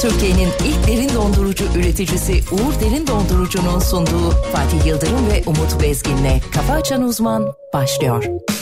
Türkiye'nin ilk derin dondurucu üreticisi Uğur Derin Dondurucu'nun sunduğu Fatih Yıldırım ve Umut Bezgin'le Kafa Açan Uzman başlıyor.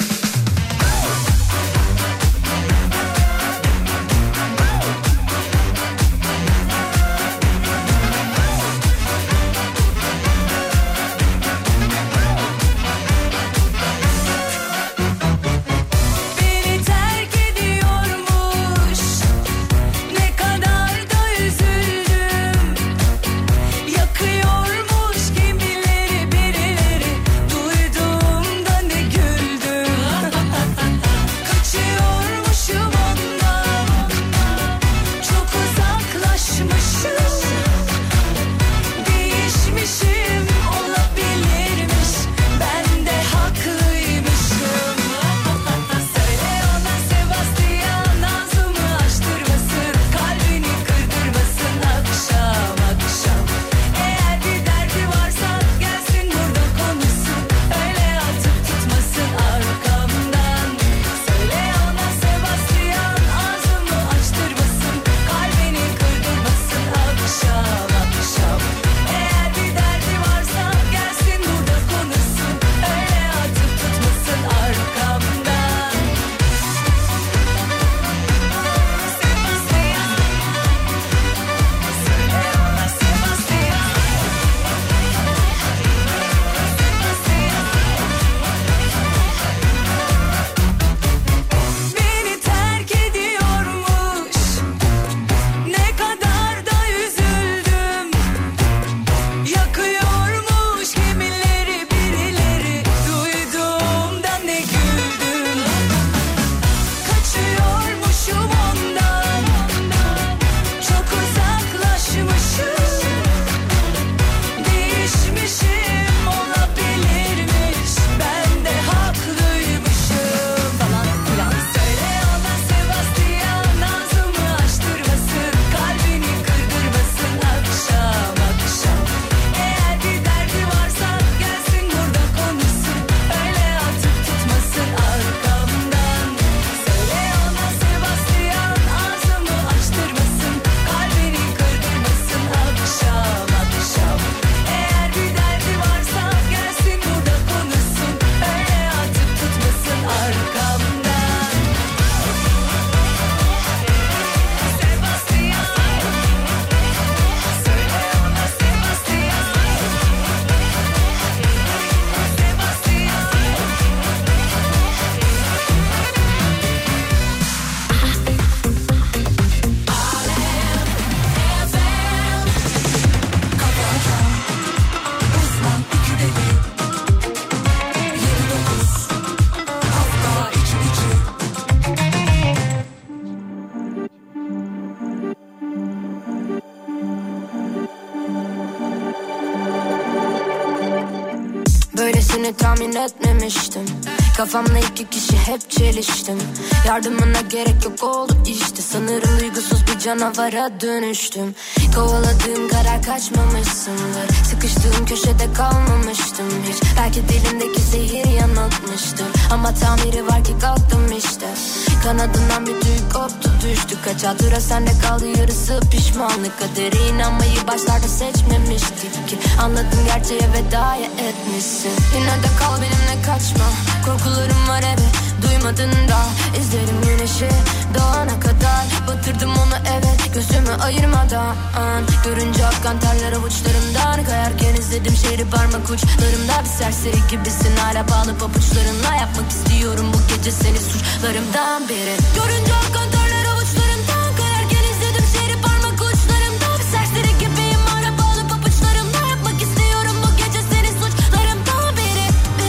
Böylesini tahmin etmemiştim. Kafamla iki kişi hep çeliştim. Yardımına gerek yok oldu işte. Sanırım duygusuz bir canavara dönüştüm. Kovaladığım karar kaçmamışsındır. Sıkıştığım köşede kalmamıştım hiç. Belki dilimdeki zehir yanıltmıştır. Ama tamiri var ki kalktım işte. Kanadından bir tüy koptu düştü. Kaç hatıra sende kaldı yarısı pişmanlık. Kadere inanmayı başlarda seçmemiştik ki. Anladım gerçeğe veda etmişsin. Yine de kal benimle kaçma. Korkularım var evet duymadın da. İzlerim güneşi doğana kadar. Batırdım onu evet gözümü ayırmadan. Görünce akkan terler avuçlarımdan. Kayarken izledim şehri parmak uçlarımda. Bir serseri gibisin hala bağlı pabuçlarınla. Yapmak istiyorum bu gece seni suçlarımdan biri. Görünce akkan terler avuçlarımdan. Kayarken izledim şehri parmak uçlarımda. Bir serseri gibiyim hala bağlı pabuçlarımla. Yapmak istiyorum bu gece seni suçlarımdan biri.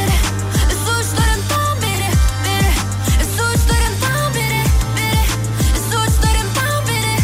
Suçlarımdan biri. Suçlarımdan biri. Suçlarımdan biri.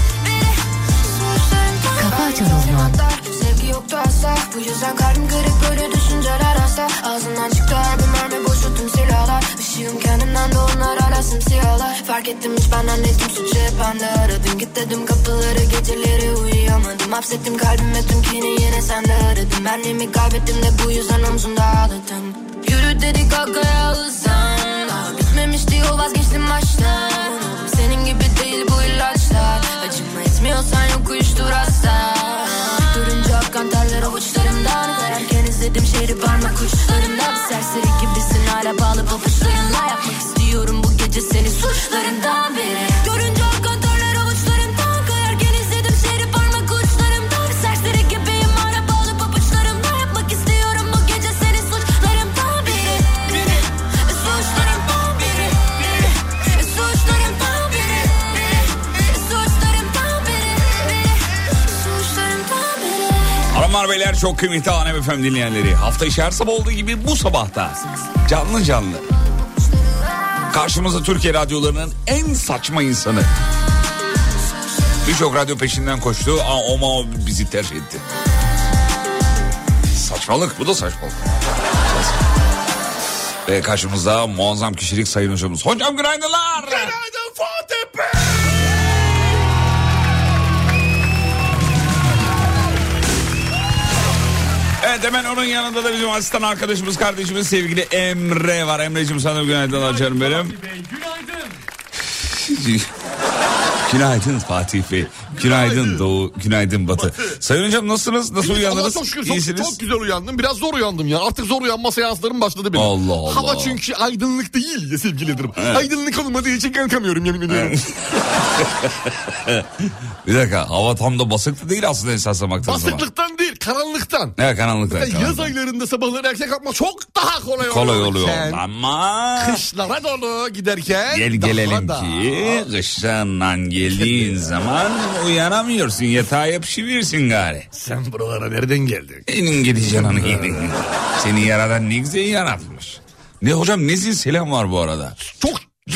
Kafa Açan Uzman. Sevgi yoktu asla. Bu yüzden kalbim kırık böyle düşünceler asla. Ağzından çıktı harbi mermi boşalttım silahlar. Işığım kendimden de onlar hala simsiyahlar. Fark ettim hiç benden ettim suçu hep bende. Aradım git dedim kapıları geceleri uyuyamadım. Hapsettim kalbime tüm kini yine sende aradım. Benliğimi kaybettim de bu yüzden omzumda ağladım. Yürü dedik arkaya hızlan. Daha bitmemişti yol vazgeçtim baştan. Senin gibi değil bu ilaçlar. Acıma etmiyorsan yok yok uyuştur hasta. Durunca akan terler avuçlarımdan, kayarken izledim şehri parmak uçlarımdan. Serseri gibisin hala bağlı pabuçlarınla, yapmak istiyorum bu gece seni suçlarından biri. Görünce akan terler avuçlarımdan, kayarken izledim şehri parmak uçlarımdan. Serseri gibiyim hala bağlı pabuçlarımla, yapmak istiyorum bu gece seni suçlarımdan biri. Suçlarımdan biri. Suçlarımdan biri. Suçlarımdan biri. Suçlarımdan biri. Hanımlar beyler, çok kıymetli Alem FM dinleyenleri, hafta içi her sabah olduğu gibi bu sabahta canlı karşımıza Türkiye radyolarının en saçma insanı. Birçok radyo peşinden koştu ama bizi tercih etti. Saçmalık, bu da saçmalık. Ve karşımızda muazzam kişilik sayın hocamız. Hocam günaydınlar. Günaydın Fatih Bey. Evet, hemen onun yanında da bizim asistan arkadaşımız, kardeşimiz sevgili Emre var. Emre'cim sana günaydın canım benim. Günaydın. Günaydın Fatih Bey. Günaydın Doğu, günaydın Batı. Sayın hocam nasılsınız? Nasıl uyandınız? Çok şükür İyisiniz? çok güzel uyandım. Biraz zor uyandım ya. Artık zor uyanma seanslarım başladı benim. Allah Allah. Hava çünkü aydınlık değil ya sevgililerim. Evet. Aydınlık olmadığı için kalkamıyorum yemin ediyorum. Bir dakika, hava tam da basık da değil aslında esasına baktığınız zaman. Basıklıktan değil, karanlıktan. Evet, karanlıktan. Yaz aylarında sabahları erken kalkmak çok daha kolay oluyor. Kolay oluyor ama kışlara doğru giderken gelelim ki kışından geldiğin zaman uyanamıyorsun, yatağa yapışıverirsin gari. Sen buralara nereden geldin? Senin gidi canını yedin. Seni yaradan ne güzel yaratmış. Ne hocam, ne zil selam var bu arada. Çok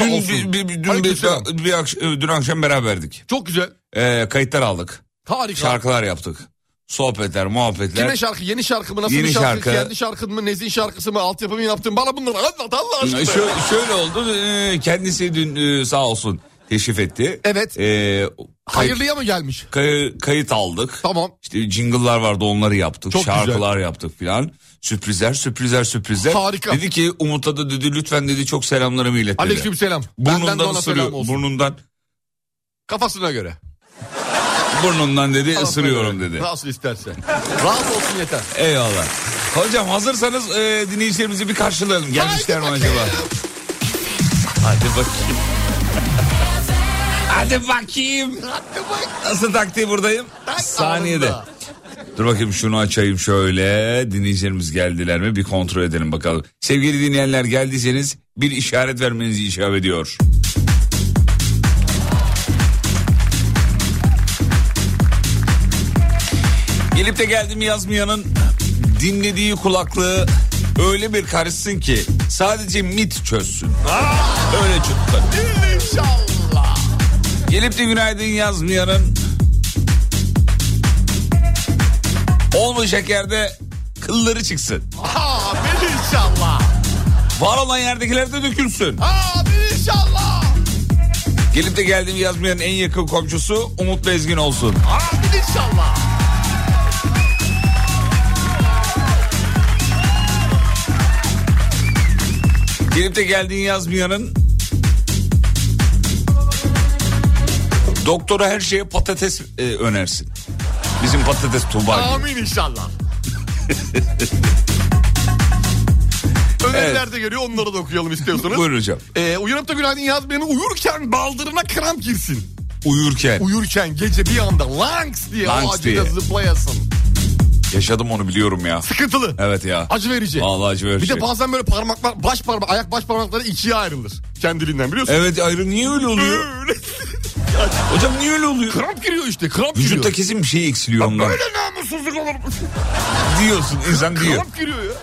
dün akşam beraberdik. Çok güzel. Kayıtlar aldık. Harika. Şarkılar yaptık. Sohbetler, muhabbetler. Kime şarkı? Yeni şarkı mı? Nasıl yeni bir şarkı? şarkı? Kendi şarkın mı? Nezih'in şarkısı mı? Altyapı mı yaptın? Bana bunları anlat Allah aşkına. Şöyle oldu. Kendisi dün sağ olsun teşrif etti. Evet. Hayırlıya mı gelmiş? Kayıt aldık. Tamam. İşte jingle'lar vardı, onları yaptık. Çok şarkılar güzel. yaptık filan. Sürprizler. Harika. Dedi ki Umut'a da dedi lütfen dedi çok selamlarımı ilet dedi. Aleykümselam. Benden de ona selam olsun. Burnundan. Kafasına göre. Burnundan dedi, ısırıyorum dedi. Nasıl isterse. Rahat olsun yeter. Eyvallah. Hocam hazırsanız dinleyicilerimizi bir karşılayalım. Gelmişler mi acaba? Hadi bakayım. Hadi bakayım. Nasıl taktiği buradayım? Saniyede. Dur bakayım, şunu açayım şöyle. Dinleyicilerimiz geldiler mi bir kontrol edelim bakalım. Sevgili dinleyenler, geldiyseniz bir işaret vermenizi icap ediyor. Gelip de geldim yazmayanın dinlediği kulaklığı öyle bir karışsın ki sadece MIT çözsün. Öyle çözsün. İnşallah. Gelip de günaydın yazmayanın olmayacak yerde kılları çıksın. Amin inşallah. Var olan yerdekiler de dökülsün. Amin inşallah. Gelip de geldim yazmayanın en yakın komşusu Umut Bezgin olsun. Amin inşallah. Gelip de geldiğin yazmayanın doktora her şeye patates önersin. Bizim patates Tuğba gibi. Amin inşallah. Öneriler de geliyor, onları da okuyalım istiyorsanız. Buyurun hocam. Uyanıp da günaydın yazmayanın uyurken baldırına kramp girsin. Uyurken gece bir anda lanks diye Lanks o acıda diye. zıplayasın. yaşadım, onu biliyorum ya. Sıkıntılı. Evet ya. Acı verici. Vallahi acı verici. Bir de bazen böyle parmaklar, ayak baş parmakları ikiye ayrılır. Kendiliğinden biliyorsun. Evet, ayrı, niye öyle oluyor? Hocam niye öyle oluyor? Kramp giriyor işte, kramp Vücutta giriyor. kesin bir şey eksiliyor ondan. Böyle namussuzluk olur mu? Diyorsun, insan diyor. Kramp giriyor ya.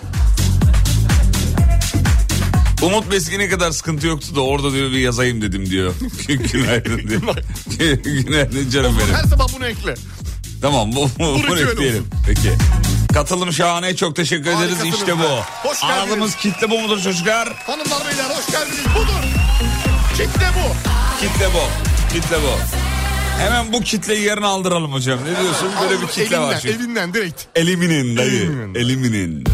Umut Bezgin'e kadar sıkıntı yoktu da orada diyor bir yazayım dedim diyor. Günaydın diyor. Günaydın canım benim. Her sabah bunu ekle. Tamam, bunu ekleyelim. Peki. Katılım şahane, çok teşekkür ederiz. Harikasınız İşte be. bu. Hoş geldiniz. Aradığımız kitle bu mudur çocuklar? Hanımlar beyler hoş geldiniz. Budur. Kitle bu. Kitle bu. Hemen bu kitleyi yarın aldıralım hocam. Ne diyorsun? Böyle bir kitle var çünkü. Evinden direkt. Eliminin dayı. Eliminin.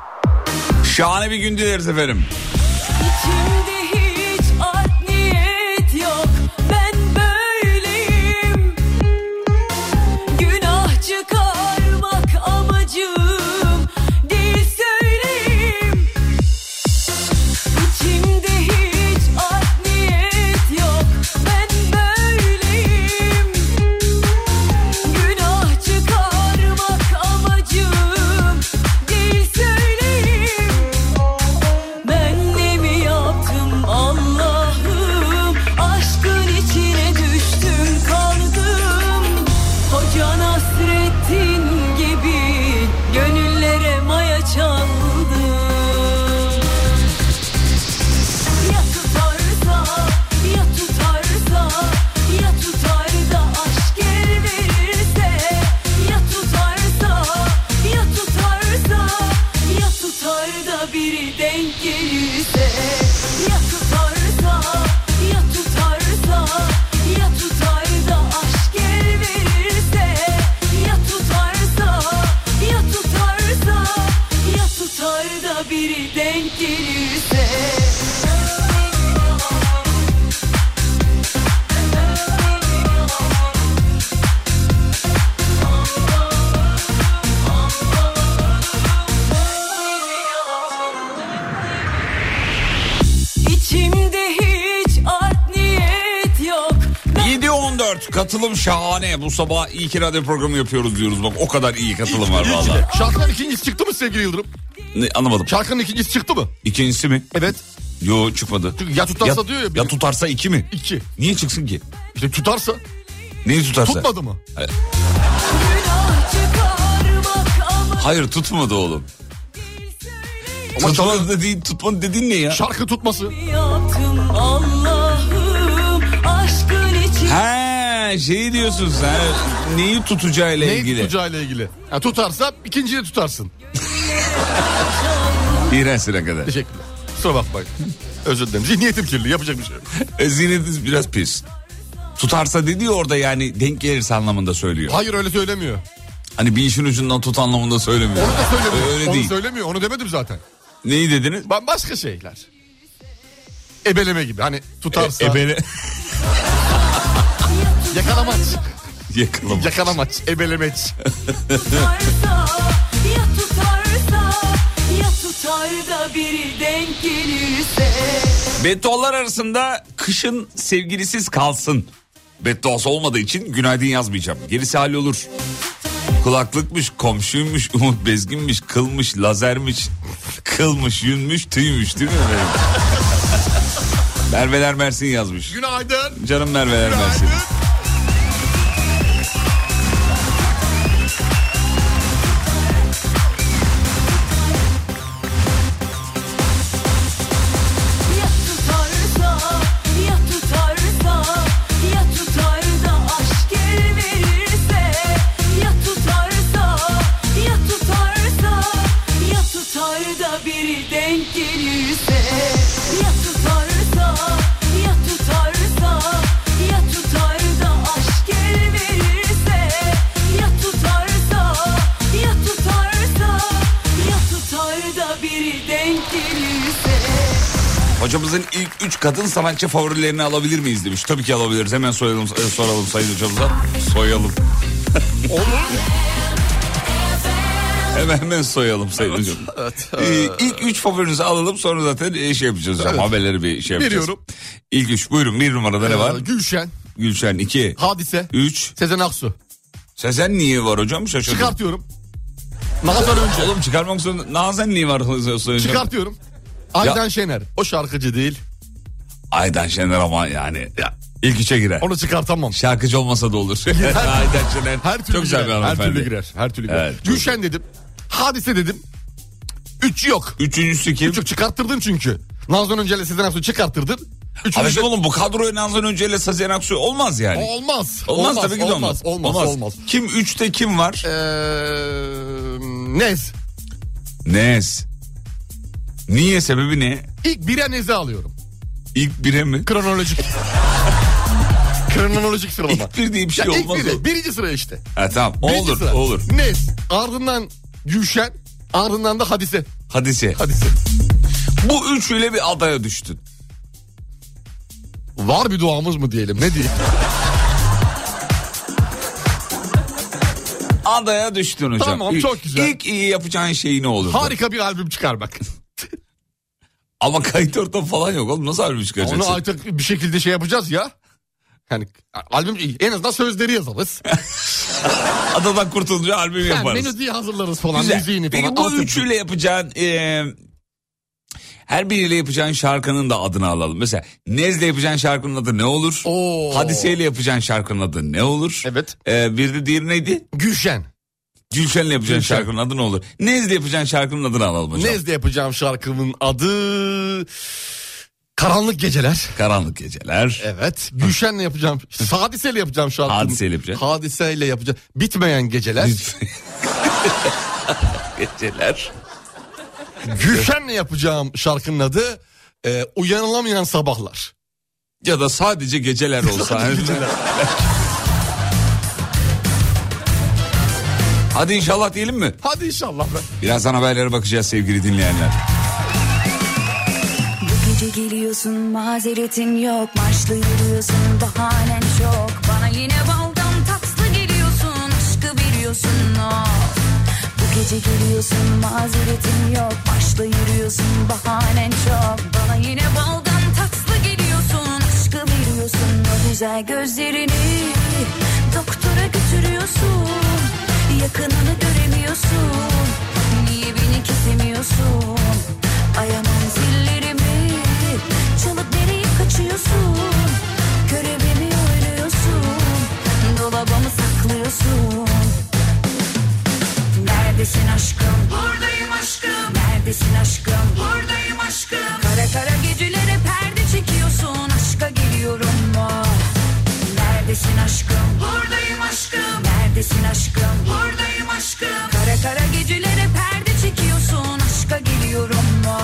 Şahane bir gün dileriz efendim. İçimde hiç art niyet katılım şahane. Bu sabah iyi ki radyo programı yapıyoruz diyoruz. Bak o kadar iyi katılım var valla. Şarkının ikincisi çıktı mı sevgili Yıldırım? Ne, anlamadım. Şarkının ikincisi çıktı mı? İkincisi mi? Evet. Yo çıkmadı. Çünkü ya tutarsa diyor ya. Ya tutarsa 2 mi? 2. Niye çıksın ki? İşte tutarsa. Neyi tutarsa? Tutmadı mı? Hayır tutmadı oğlum. Tutmadı dediğin, tutmadı dediğin ne ya? Şarkı tutması. Ha şey diyorsun sen. Neyi tutacağıyla ilgili. Neyi tutacağıyla ilgili. Yani tutarsa ikinciyi de tutarsın. İğrençsin kadar. Teşekkürler. Kusura bakmayın. Özür dilerim. Zihniyetim kirli. Yapacak bir şey yok. Zihniyetiniz biraz pis. Tutarsa dediği orada yani denk gelirse anlamında söylüyor. Hayır öyle söylemiyor. Hani bir işin ucundan tut anlamında söylemiyor. Onu da söylemiyor. Öyle Onu değil. söylemiyor. Onu demedim zaten. Neyi dediniz? Başka şeyler. Ebeleme gibi. Hani tutarsa. Ebele. Yakalamaç. Yakalamaç. Yakalamaç. Ebelemeç. Da biri denk gelirse. Beddualar arasında kışın sevgilisiz kalsın. Bedduası olmadığı için günaydın yazmayacağım. Gerisi hallolur. Kulaklıkmış, komşuymuş, Umut Bezgin'miş, kılmış, lazermiş, kılmış, yünmüş, tüymüş değil mi? Merveler Mersin yazmış. Günaydın. Canım Merveler Mersin. Hocamızın ilk 3 kadın sanatçı favorilerini alabilir miyiz demiş. Tabii ki alabiliriz. Hemen soralım sayın hocamıza. Soyalım. Olur. Hemen soyalım sayın hocam. Evet. İlk 3 favorinizi alalım sonra zaten şey yapacağız. Evet. Haberleri bir şey yapacağız. Veriyorum. İlk 3 buyurun. 1 numarada ne var? Gülşen. Gülşen 2. Hadise. 3. Sezen Aksu. Sezen niye var hocam? Şaşırdım. Çıkartıyorum. Nazan önce. Oğlum çıkarmak zorunda. Nazan niye var? Çıkartıyorum. Aydan Şener. O şarkıcı değil. Aydan Şener ama yani ya, ilk 3'e girer. Onu çıkartamam. Şarkıcı olmasa da olur. Aydan Şener her türlü çok güzel bir hanımefendi. Her türlü girer. Her türlü girer. Evet, Gülşen dedim. Hadise dedim. 3 yok. Üçüncüsü kim? 3 çıkarttırdın çünkü. Nazan Öncel'le Sezen Aksu çıkarttırdın. Abi oğlum bu kadroyu Nazan Önce ile Sezen Aksu olmaz yani. Olmaz. Olmaz tabii ki de olmaz. Olmaz. Kim 3'te kim var? Nez. Niye, sebebi ne? İlk 1'e Nez'i alıyorum. İlk 1'e mi? Kronolojik. Kronolojik sıralama. İlk 1 diye bir şey olmaz. İlk 1'e. 1. sıra işte. Ha tamam. Olur. Sıra. Olur. Nez. Ardından Gülşen. Ardından da Hadise. Hadise. Bu üçüyle bir adaya düştün. Var bir duamız mı diyelim, ne diyeyim? Adaya düştün hocam. Tamam, çok güzel. İlk iyi yapacağın şey ne olur? Harika bir albüm çıkarmak. Ama kayıt ortamı falan yok oğlum, nasıl albüm çıkaracaksın? Onu artık bir şekilde şey yapacağız ya. Yani albüm en azından sözleri yazarız. Adadan kurtulunca albüm yaparız. Yani melodiyi hazırlarız falan. Güzel. Müziğini Peki falan. bu üçüyle yapacağın her biriyle yapacağın şarkının da adını alalım. Mesela Nez'le yapacağın şarkının adı ne olur? Hadise'yle yapacağın şarkının adı ne olur? Evet. Bir de diğeri neydi? Gülşen. Gülşen'le yapacağın şarkının adı ne olur? Nez'le yapacağın şarkının adını alalım hocam. Nez'le yapacağım şarkımın adı... Karanlık Geceler. Karanlık Geceler. Evet. Gülşen'le yapacağım. Hadise'yle yapacağım şarkımın. Hadise'yle yapacağım. Hadise'yle yapacağım. Bitmeyen Geceler. Geceler. Gülşen'le yapacağım şarkının adı Uyanılamayan Sabahlar. Ya da sadece geceler olsa. Hadi inşallah diyelim mi? Hadi inşallah be. Birazdan haberlere bakacağız sevgili dinleyenler. Bu gece geliyorsun, mazeretin yok, marşlı yürüyorsun, bahanen çok. Bana yine baldan tatslı geliyorsun, aşkı biliyorsun o. Bu gece geliyorsun, mazeretin yok, marşlı yürüyorsun, bahanen çok. Bana yine baldan tatslı geliyorsun, aşkı biliyorsun o güzel gözlerini. geliyorsun. Yakınını göremiyorsun. Niye beni kesemiyorsun? Ayamam zillerimi. Çalıp nereye kaçıyorsun? Görevimi oynuyorsun. Dolabımı saklıyorsun. Neredesin aşkım? Buradayım aşkım. Neredesin aşkım? Buradayım aşkım. Kara kara gecelere perde çekiyorsun. Aşka geliyorum mu? Neredesin aşkım? Buradayım aşkım. Neredesin aşkım? Buradayım aşkım. Kara kara gecelere perde çekiyorsun. Aşka geliyorum mu?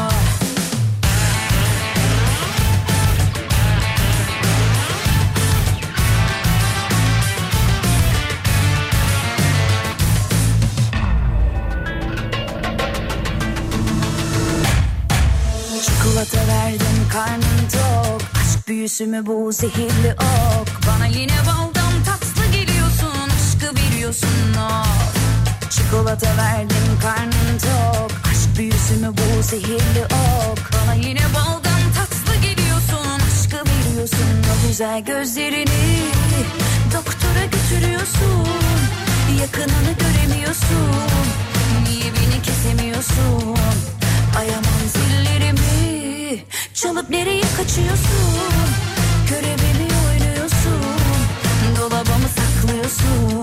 Çikolata verdim karnım tok. Aşk büyüsü mü bu zehirli ok? Bana yine baldan tatlı geliyorsun. Aşkı biliyorsun of. Çikolata verdim karnım tok. Aşk büyüsü mü bu zehirli ok? Bana yine baldan tatlı geliyorsun. Aşkı biliyorsun o güzel gözlerini. Doktora götürüyorsun. Yakınını göremiyorsun. Niye beni kesemiyorsun? Ayamam zillerimi. Çalıp nereye kaçıyorsun? Görevimi oynuyorsun. Dolabımı saklıyorsun.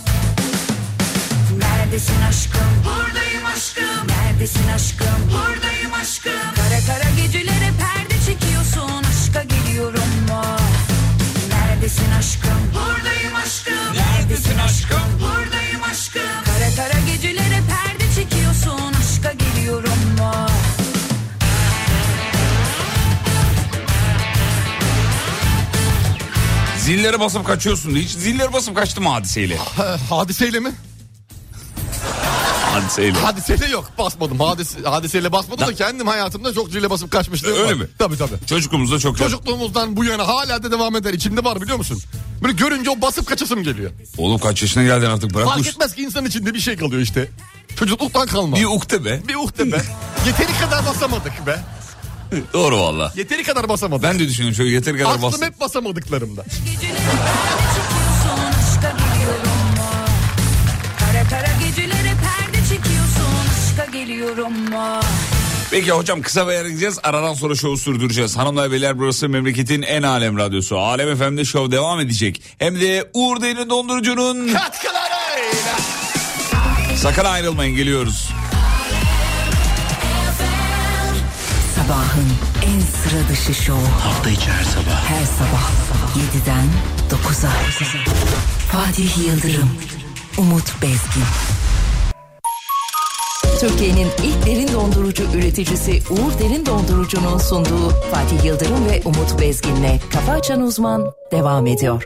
Neredesin aşkım? Buradayım aşkım. Neredesin aşkım? Buradayım aşkım. Kara kara gecelere perde çekiyorsun. Aşka geliyorum mu? Neredesin aşkım? Buradayım aşkım. Neredesin aşkım? Buradayım aşkım. Kara kara gecelere perde çekiyorsun. Aşka geliyorum mu? Zillere basıp kaçıyorsun diye. Hiç zillere basıp kaçtı mı Hadiseyle? Hadiseyle mi? Hadiseyle. Hadiseyle yok, basmadım. Hadiseyle basmadım da kendim hayatımda çok zile basıp kaçmıştım. Öyle var. mi? Tabii. Çocukluğumuzda çok. Çocukluğumuzdan bu yana hala da devam eder. İçimde var biliyor musun? Böyle görünce o basıp kaçasım geliyor. Oğlum kaç yaşına geldin artık, bırak. Fark etmez ki insan içinde bir şey kalıyor işte. Çocukluktan kalma. Bir ukde be. Bir uhde be. Yeteri kadar basamadık be. Doğru valla. Yeteri kadar basamadık. Ben de düşünüyorum şöyle yeteri kadar Aklım bastım. hep basamadıklarımda. Gecelere perde çekiyorsun. Aşka geliyorum mu? Kara kara gecelere perde çekiyorsun. Aşka geliyorum mu? Peki hocam, kısa bir yere gideceğiz. Aradan sonra şovu sürdüreceğiz. Hanımlar beyler, burası memleketin en alem radyosu. Alem FM'de şov devam edecek. Hem de Uğur Derin Dondurucu'nun Katkılarıyla. Sakın ayrılmayın, geliyoruz. Sabahın en sıra dışı şovu. Hafta içi her sabah. Her sabah 7'den 9'a. Fatih Yıldırım, Umut Bezgin. Türkiye'nin ilk derin dondurucu üreticisi Uğur Derin Dondurucu'nun sunduğu Fatih Yıldırım ve Umut Bezgin'le Kafa Açan Uzman devam ediyor.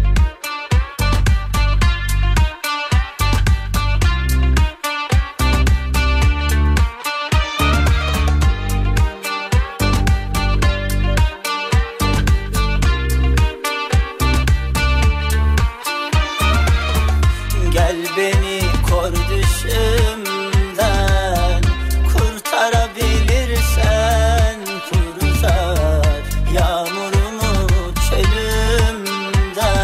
Gel beni kor düşümden, kurtarabilirsen kurtar. Yağmurumu çölümden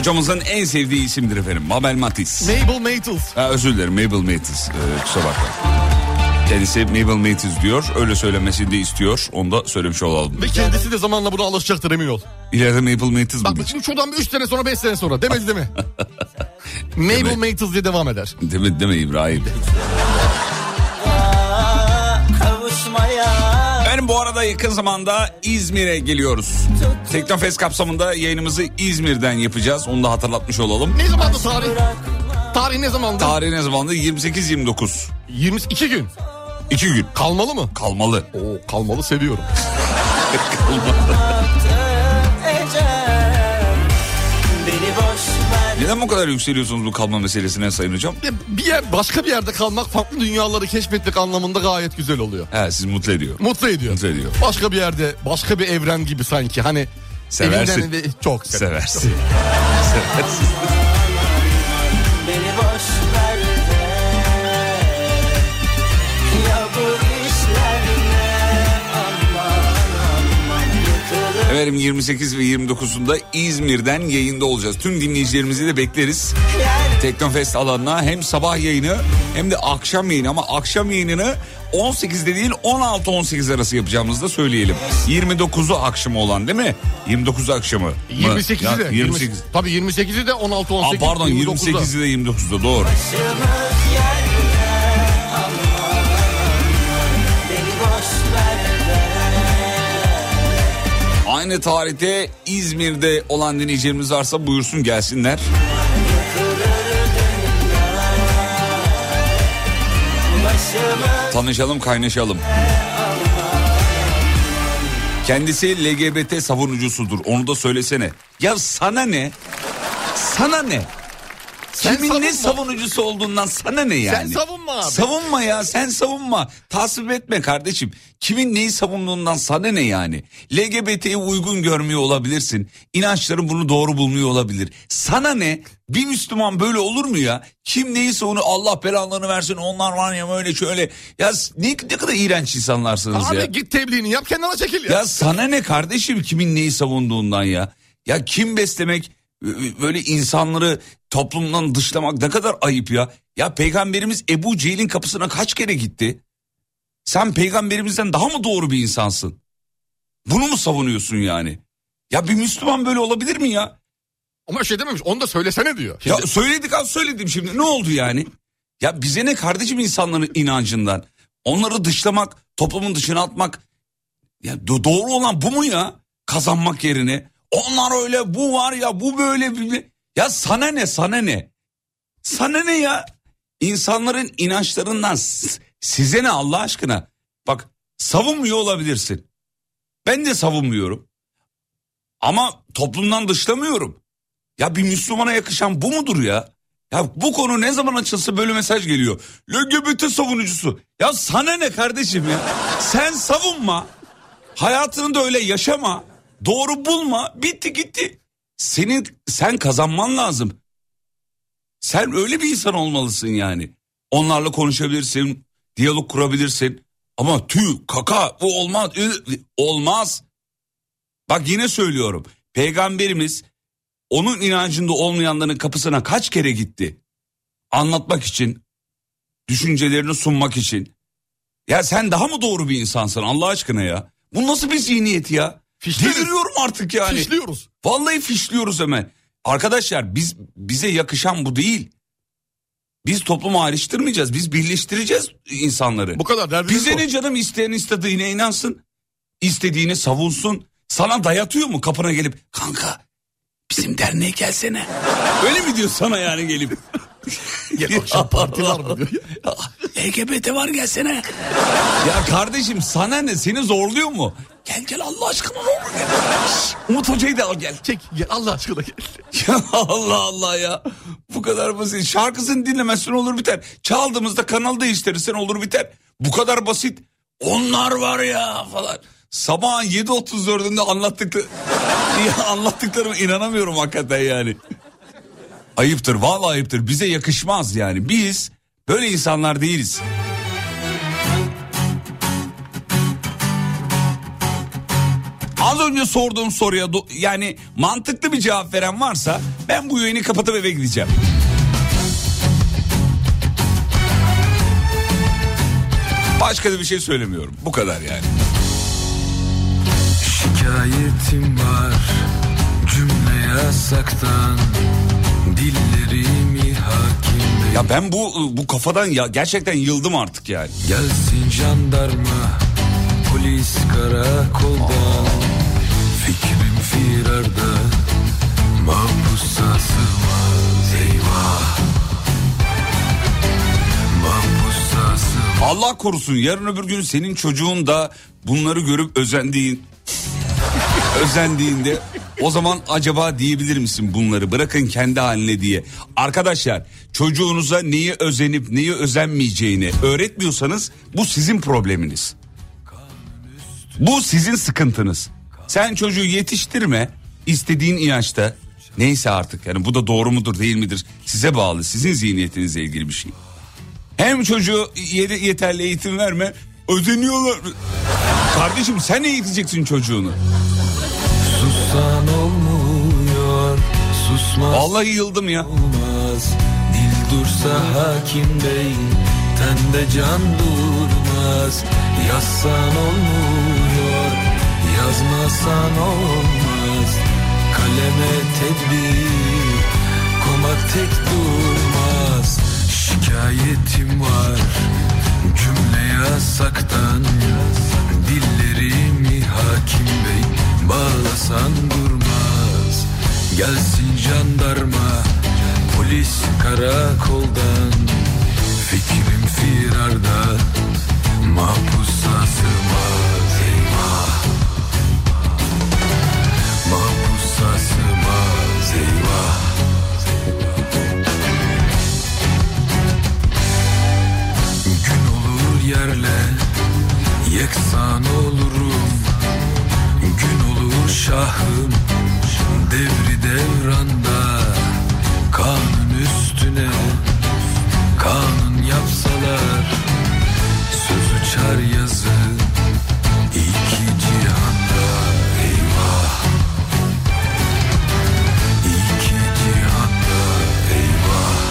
Hocamızın en sevdiği isimdir efendim. Mabel Matiz. Mabel Matiz. Özür dilerim, Mabel Matiz. Kusura bakma. Kendisi Mabel Matiz diyor. Öyle söylemesini de istiyor. Onu da söylemiş olalım. Ve kendisi de zamanla buna alışacaktır, emin ol. İleride Mabel Matiz bak, mi? Bak şuradan 3 sene sonra 5 sene sonra demedi değil mi? Mabel Matiz diye devam eder. Deme İbrahim. Ben bu arada yakın zamanda İzmir'e geliyoruz. Teknofest kapsamında yayınımızı İzmir'den yapacağız. Onu da hatırlatmış olalım. Ne zamandı tarih? Tarih ne zamandı? Tarih ne zamandı? 28-29. 22 gün. 2 gün. Kalmalı mı? Kalmalı. Oo, kalmalı seviyorum. Neden bu kadar yükseliyorsunuz bu kalma meselesine Sayın Hocam? Başka bir yerde kalmak, farklı dünyaları keşfetmek anlamında gayet güzel oluyor. He, sizi mutlu ediyor. Mutlu ediyor. Mutlu ediyor. Başka bir yerde, başka bir evren gibi sanki. Hani seversin. Çok seversin. Seversin. Beni boş ver de, ya bu işlerine aman yıkılır. Efendim 28 ve 29'unda İzmir'den yayında olacağız. Tüm dinleyicilerimizi de bekleriz. Teknofest alanına hem sabah yayını hem de akşam yayını, ama akşam yayınını 18'de değil 16-18 arası yapacağımızı da söyleyelim. 29'u akşamı olan değil mi? 29'u akşamı. 28'i de. 28. Tabii 28'i de 16-18. Pardon 28'i de 29'da doğru. Aynı tarihte İzmir'de olan dinleyicilerimiz varsa buyursun gelsinler. Tanışalım, kaynaşalım. Kendisi LGBT savunucusudur. Onu da söylesene. Ya sana ne? Sana ne? Kimin ne savunucusu olduğundan sana ne yani? Sen savunma abi. Savunma ya, sen savunma. Tasvip etme kardeşim. Kimin neyi savunduğundan sana ne yani? LGBT'yi uygun görmüyor olabilirsin. İnançların bunu doğru bulmuyor olabilir. Sana ne? Bir Müslüman böyle olur mu ya? Kim neyi savunuyor? Allah belanlarını versin. Onlar var ya böyle şöyle. Ya ne kadar iğrenç insanlarsınız abi, ya. Abi git tebliğini yap, kenara çekil ya. Ya sana ne kardeşim kimin neyi savunduğundan ya? Ya kim beslemek, böyle insanları toplumdan dışlamak ne kadar ayıp ya. Ya peygamberimiz Ebu Cehil'in kapısına kaç kere gitti? Sen peygamberimizden daha mı doğru bir insansın? Bunu mu savunuyorsun yani? Ya bir Müslüman böyle olabilir mi ya? Ama şey dememiş, onu da söylesene diyor. Ya söyledim şimdi, ne oldu yani? Ya bize ne kardeşim insanların inancından? Onları dışlamak, toplumun dışına atmak. Ya doğru olan bu mu ya? Kazanmak yerine. Onlar öyle, bu var ya, bu böyle. Ya sana ne? Sana ne ya? İnsanların inançlarından size ne Allah aşkına? Bak, savunmuyor olabilirsin. Ben de savunmuyorum. Ama toplumdan dışlamıyorum. Ya bir Müslümana yakışan bu mudur ya? Ya bu konu ne zaman açılsa böyle mesaj geliyor. LGBT savunucusu. Ya sana ne kardeşim ya? Sen savunma. Hayatını da öyle yaşama. Doğru bulma. Bitti gitti. Sen kazanman lazım. Sen öyle bir insan olmalısın yani. Onlarla konuşabilirsin. Diyalog kurabilirsin. Ama kaka bu olmaz. Olmaz. Bak yine söylüyorum. Peygamberimiz onun inancında olmayanların kapısına kaç kere gitti? Anlatmak için, düşüncelerini sunmak için. Ya sen daha mı doğru bir insansın Allah aşkına ya? Bu nasıl bir zihniyet ya? Deliriyorum artık yani. Fişliyoruz. Vallahi fişliyoruz hemen. Arkadaşlar bize yakışan bu değil. Biz toplumu ayrıştırmayacağız. Biz birleştireceğiz insanları. Bu kadar derdimiz bize bu. ne canım, isteyen istediğine inansın. İstediğini savunsun. Sana dayatıyor mu kapına gelip kanka bizim derneğe gelsene. Öyle mi diyor sana yani gelip? Gel akşam parti var mı diyor. LGBT var gelsene. Ya kardeşim sana ne, seni zorluyor mu? Gel Allah aşkına ne olur gel. Umut Hoca'yı da al gel. Çek gel Allah aşkına gel. Ya Allah Allah ya. Bu kadar basit. Şarkısını dinlemezsen olur biter. Çaldığımızda kanal değiştirirsen olur biter. Bu kadar basit. Onlar var ya falan. Sabahın 7.34'ünde anlattıklarıma inanamıyorum hakikaten yani. Ayıptır, vallahi ayıptır. Bize yakışmaz yani. Biz böyle insanlar değiliz. Az önce sorduğum soruya yani mantıklı bir cevap veren varsa ben bu yayını kapatıp eve gideceğim. Başka da bir şey söylemiyorum. Bu kadar yani. Şikayetim var cümle yasaktan, dillerimi hakim. Ya ben bu kafadan ya gerçekten yıldım artık yani. Gelsin jandarma, polis karakoldan, fikrim firarda, mahpusa sığmaz eyvah. Mahpusa sığmaz. Allah korusun yarın öbür gün senin çocuğun da bunları görüp özendiğinde o zaman acaba diyebilir misin bunları bırakın kendi haline diye. Arkadaşlar çocuğunuza neyi özenip neyi özenmeyeceğini öğretmiyorsanız bu sizin probleminiz. Bu sizin sıkıntınız. Sen çocuğu yetiştirme istediğin inançta, neyse artık yani bu da doğru mudur değil midir size bağlı, sizin zihniyetinizle ilgili bir şey. Hem çocuğu yeterli eğitim verme, özeniyorlar. Kardeşim sen eğiteceksin çocuğunu. Sussan olmuyor, susmaz. Vallahi yıldım ya. Olmaz. Dil dursa hakim bey, tende can durmaz. Yazsan olmuyor, yazmasan olmaz. Kaleme tedbir, komak tek durmaz. Şikayetim var cümle yasaktan, dillerimi hakim bey bağlasan durmaz. Gelsin jandarma, polis karakoldan, fikrim firarda, mahpusa sığmaz eyvah. Mahpusa sığmaz eyvah. Gün olur yerle yeksan olurum, gün olur şahım devri devranda. Kanun üstüne kanun yapsalar, söz uçar yazı iki cihanda eyvah. İki cihanda eyvah.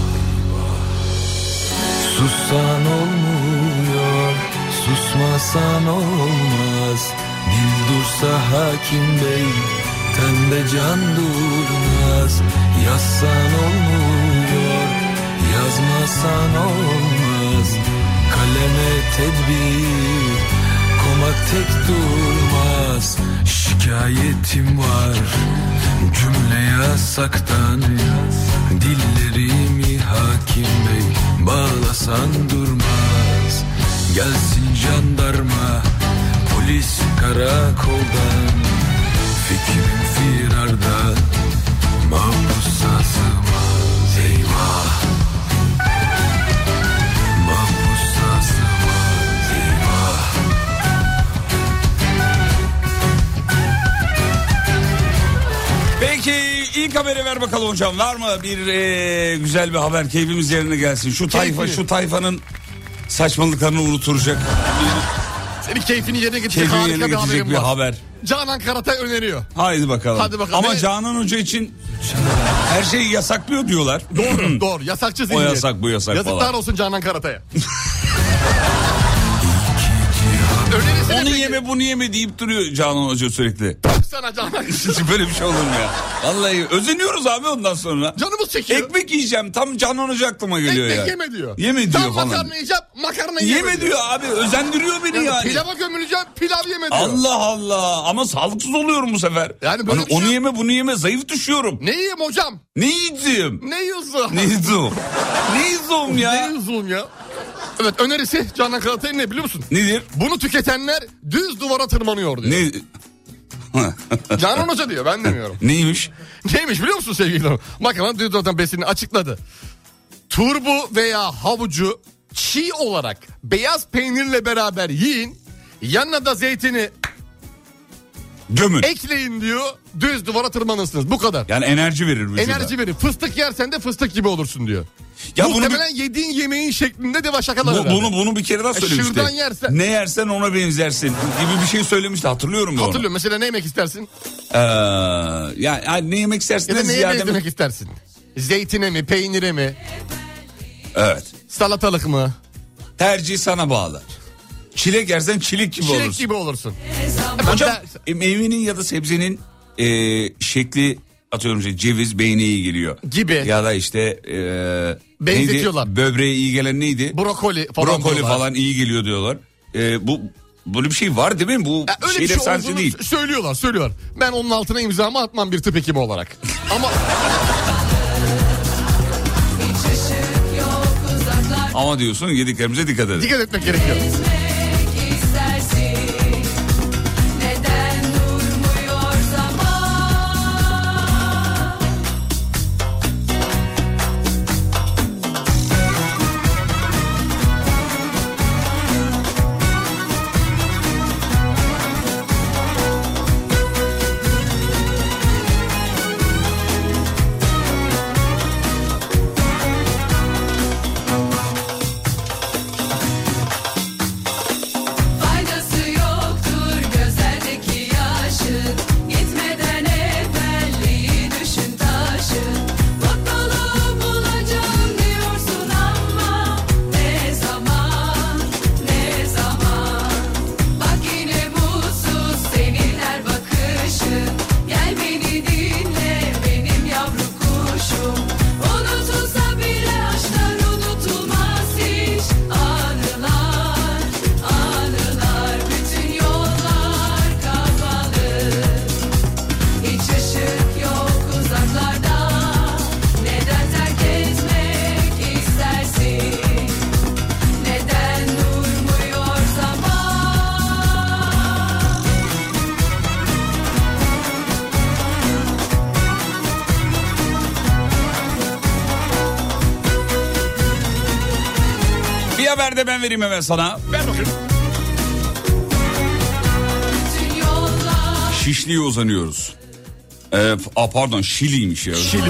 Sussan olmuyor, susmasan olmaz. Dil dursa hakim bey, tende can durmaz. Yazsan olmuyor, yazmasan olmaz. Kaleme tedbir, komak tek durmaz. Şikayetim var cümle yasaktan, dillerimi hakim bey bağlasan durmaz. Gelsin jandarma, polis karakoldan, fikrim firarda, mahpusa sığmaz eyvah. Mahpusa sığmaz eyvah. Peki ilk haberi ver bakalım hocam, var mı bir güzel bir haber, keyfimiz yerine gelsin. Şu tayfanın saçmalıklarını unutturacak. Senin keyfini yerine getirecek Keyfini harika yerine bir getirecek haberim bir var. haber. Canan Karatay öneriyor. Hadi bakalım. Hadi bakalım. Ama Canan Hoca için her şeyi yasaklıyor diyorlar. Doğru doğru, yasakçı O zihniyet. yasak bu yasak Yazıklar falan. olsun Canan Karatay'a. Onu yeme bunu yeme deyip duruyor Canan Hoca sürekli. Sana Canan. Hiç böyle bir şey olur mu ya? Vallahi özeniyoruz abi ondan sonra. Canımız çekiyor. Ekmek yiyeceğim, tam Canan Hoca aklıma geliyor Ekmek ya. yeme diyor. Yeme diyor tam falan. makarna yiyeceğim, makarna yeme Yeme diyor abi, özendiriyor beni yani. Pilava gömüleceğim, pilav yeme diyor. Allah Allah, ama sağlıksız oluyorum bu sefer. Yani böyle bir onu şey- yeme bunu yeme, zayıf düşüyorum. Ne yiyeyim hocam? Ne yiyeceğim? Ne yiyorsun? Ne yiyeceğim? Ne yiyeceğim Ne ya? yiyorsun ya? Evet, önerisi Canan Karatay'ın ne biliyor musun? Nedir? Bunu tüketenler düz duvara tırmanıyor diyor. Ne? Canan Hoca diyor, ben demiyorum. Neymiş? Neymiş biliyor musun sevgili dostum? Bakın düz duvara besini açıkladı. Turbu veya havucu çiğ olarak beyaz peynirle beraber yiyin. Yanına da zeytini Gömün. Ekleyin diyor, düz duvara tırmanırsınız. Bu kadar. Yani enerji verir vücuda. Enerji verir. Fıstık yersen de fıstık gibi olursun diyor. Ya muhtemelen yediğin yemeğin şeklinde de şakalar bunu bir kere daha söylemişti. Şırdan yersen. Ne yersen ona benzersin gibi bir şey söylemişti, hatırlıyorum ben onu. Hatırlıyorum. Mesela ne yemek istersin? Yani ne yemek istersin? Ya da neye benzemek istersin? Zeytine mi, peynire mi? Evet. Salatalık mı? Tercih sana bağlı. Çilek yersen çilek gibi olursun. Çilek gibi olursun. Hocam meyvenin ya da sebzenin şekli, atıyorum ceviz beyne iyi geliyor. Gibi. Ya da işte benzetiyorlar. Neydi? Böbreğe iyi gelen neydi? Brokoli falan. Brokoli falan iyi geliyor diyorlar. Böyle bir şey var değil mi? Bu öyle şey bir şey olduğunu değil. Söylüyorlar. Ben onun altına imzamı atmam bir tıp hekimi olarak. Ama diyorsun yediklerimize dikkat edin. Dikkat etmek gerekiyor. Haber de ben vereyim hemen sana. Ver bakayım. Şişli'ye uzanıyoruz. Pardon, Şili'ymiş ya. Şili.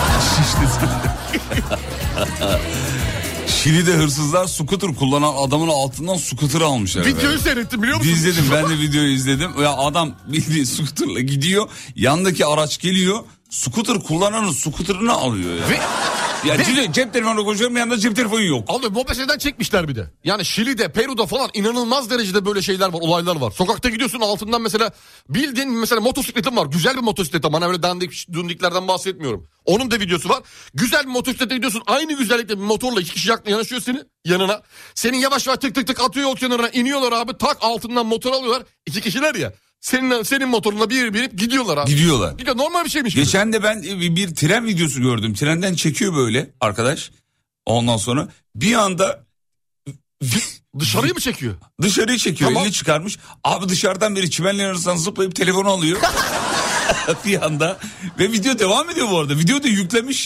Şili'de hırsızlar scooter kullanan adamın altından scooter'ı almışlar. Videoyu seyrettim biliyor musun? İzledim, ben de videoyu izledim. Ya adam bildiğin scooter'la gidiyor. Yandaki araç geliyor. Scooter kullananın scooter'ını alıyor ya. Cep telefonuyla konuşuyorum, yanında cep telefonu yok. Abi mobeseden çekmişler bir de. Yani Şili'de, Peru'da falan inanılmaz derecede böyle şeyler var, olaylar var. Sokakta gidiyorsun, altından mesela bildiğin mesela motosikletim var. Güzel bir motosiklet ama öyle dandiklerden bahsetmiyorum. Onun da videosu var. Güzel bir motosiklete gidiyorsun, aynı güzellikte bir motorla 2 kişi yanaşıyor senin yanına. Senin yavaş yavaş tık tık tık atıyor yol kenarına, iniyorlar abi, tak altından motor alıyorlar. 2 kişiler ya. Senin motoruna binip gidiyorlar abi. Gidiyor, normal bir şeymiş. Geçen de ben bir tren videosu gördüm. Trenden çekiyor böyle arkadaş. Ondan sonra bir anda dışarıyı mı çekiyor? Dışarıyı çekiyor. Tamam. Elini çıkarmış. Abi dışarıdan biri çimenlerin arasından zıplayıp telefonu alıyor. Bir anda. Ve video devam ediyor bu arada. Video da yüklemiş.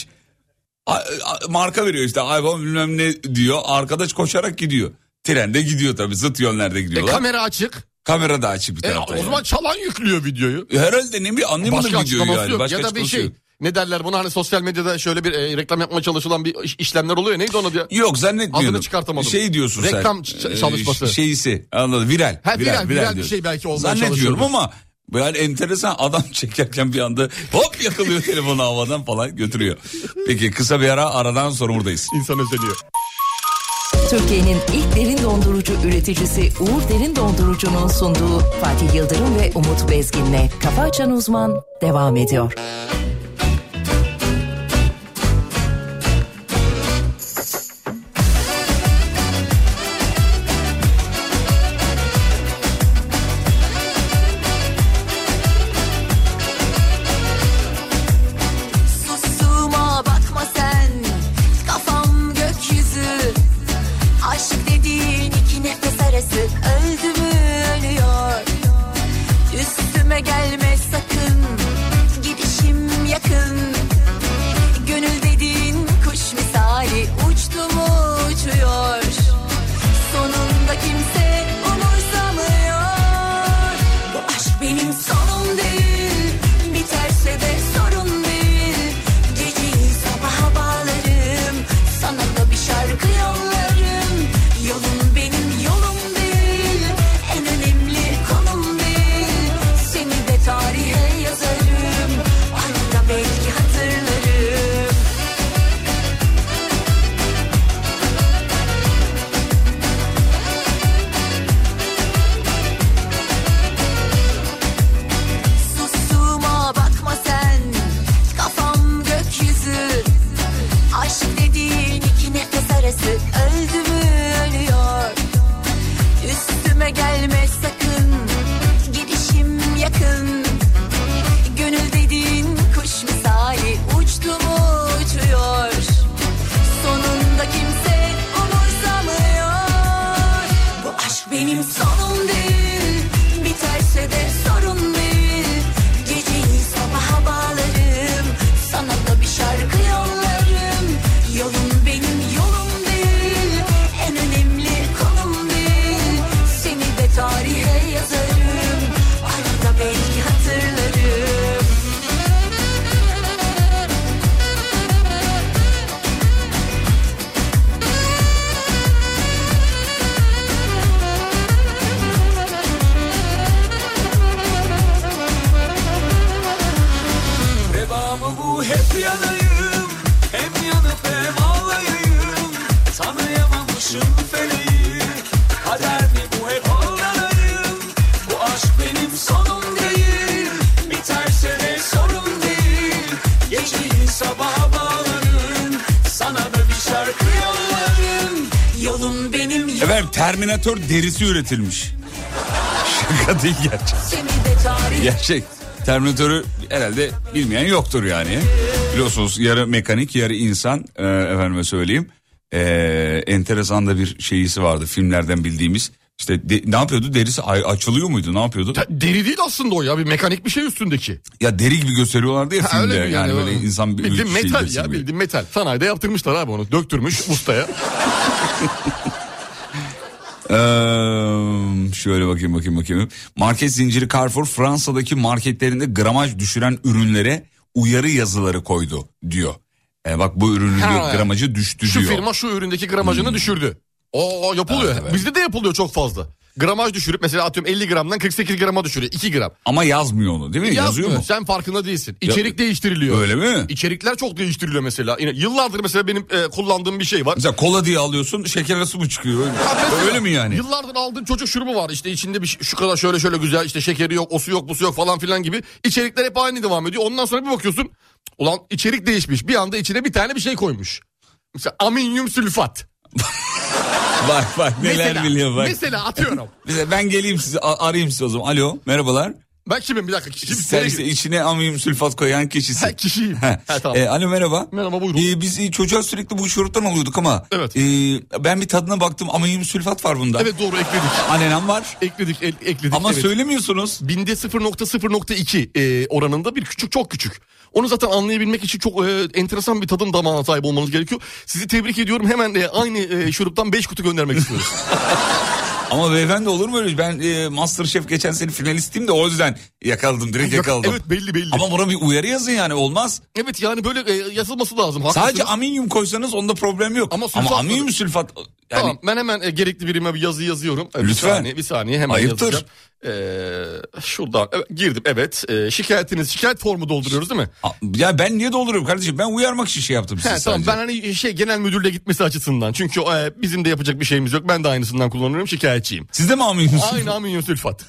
Marka veriyor işte. iPhone bilmem ne diyor. Arkadaş koşarak gidiyor. Trende gidiyor tabii. Zıt yönlerde gidiyorlar. Kamera açık. Kamera da açık bir tarafta. O zaman çalan yüklüyor videoyu. Herhalde ne bir anlayamadım videoyu yani. Yok. Ya da bir şey. Ne derler buna, hani sosyal medyada şöyle bir reklam yapmaya çalışılan bir işlemler oluyor. Neydi onu diye? Yok, zannetmiyorum. Adını çıkartamadım. Şey diyorsun reklam sen. Reklam çalışması. Şeyisi, anladım, viral. Viral bir şey belki olmaya çalışıyor. Zannediyorum ama yani enteresan, adam çekerken bir anda hop yakalıyor telefonu havadan falan götürüyor. Peki kısa bir aradan sonra buradayız. İnsan özeniyor. Türkiye'nin ilk derin dondurucu üreticisi Uğur Derin Dondurucu'nun sunduğu Fatih Yıldırım ve Umut Bezgin'le Kafa Açan Uzman devam ediyor. Gelme sakın, gidişim Aşığın feleği, kader mi bu hep olayım. Bu aşk benim sonum değil, biterse de sorun değil. Geceyi sabaha bağlarım, sana da bir şarkı yollarım. Yolum benim yolum. Efendim Terminator derisi üretilmiş. Şaka değil gerçek. Gerçek. Terminatörü herhalde bilmeyen yoktur yani. Biliyorsunuz yarı mekanik yarı insan, efendime söyleyeyim. Enteresan da bir şeyisi vardı filmlerden bildiğimiz. İşte ne yapıyordu, derisi açılıyor muydu, ne yapıyordu? Deri değil aslında o ya, bir mekanik bir şey üstündeki. Ya deri gibi gösteriyorlardı ya filmde yani böyle insan bir bildiğin metal şey ya, bildiğin metal. Sanayide yaptırmışlar abi onu, döktürmüş ustaya. Şöyle bakayım. Market zinciri Carrefour Fransa'daki marketlerinde gramaj düşüren ürünlere uyarı yazıları koydu diyor. Bak bu ürünün gramajı düştü şu diyor. Şu firma şu üründeki gramajını düşürdü. O yapılıyor. Evet. Bizde de yapılıyor çok fazla. Gramaj düşürüp mesela atıyorum 50 gramdan 48 grama düşürüyor, 2 gram. Ama yazmıyor onu değil mi? Yazıyor mu? Sen farkında değilsin. İçerik değiştiriliyor. Öyle mi? İçerikler çok değiştiriliyor mesela. Yıllardır mesela benim kullandığım bir şey var. Mesela kola diye alıyorsun, şeker arası mı çıkıyor? Öyle mi yani? Yıllardır aldığın çocuk şurubu var işte, içinde bir şu kadar şöyle güzel, işte şekeri yok, osu yok, busu yok falan filan gibi. İçerikler hep aynı devam ediyor. Ondan sonra bir bakıyorsun, ulan içerik değişmiş. Bir anda içine bir tane bir şey koymuş. Mesela aminyum sülfat. Bak neler mesela, biliyor bak. Mesela atıyorum. Mesela ben geleyim size, arayayım size o zaman. Alo, merhabalar. Ben kimim, bir dakika. Sen işte içine amonyum sülfat koyan kişisin. Kişiyim. Tamam. Alo merhaba. Merhaba, buyurun. Biz çocuğa sürekli bu şuruptan alıyorduk ama. Evet. Ben bir tadına baktım, amonyum sülfat var bunda. Evet doğru, ekledik. Anenem var. Ekledik. Ama evet. Söylemiyorsunuz. Binde 0.0.2 oranında bir küçük, çok küçük. Onu zaten anlayabilmek için çok enteresan bir tadın damağına sahip olmanız gerekiyor. Sizi tebrik ediyorum. Hemen aynı şuruptan 5 kutu göndermek istiyoruz. Ama beyefendi olur mu öyle? Ben Masterchef geçen sene finalistiyim de o yüzden direkt yakaladım. Evet belli. Ama buna bir uyarı yazın yani, olmaz. Evet yani böyle yazılması lazım. Haklısınız. Sadece aminyum koysanız onda problem yok. Ama aminyum sülfat... Yani... Tamam, ben hemen gerekli birime bir yazı yazıyorum. Lütfen. Bir saniye hemen Ayıptır. yazacağım. Şuradan girdim, evet. Şikayet formu dolduruyoruz değil mi? Ya ben niye dolduruyorum kardeşim? Ben uyarmak için şey yaptım size tamam, sadece. ben hani genel müdürle gitmesi açısından. Çünkü bizim de yapacak bir şeyimiz yok. Ben de aynısından kullanıyorum, şikayetçiyim. Siz de mi aminyum sülfat? Aynı aminyum sülfat.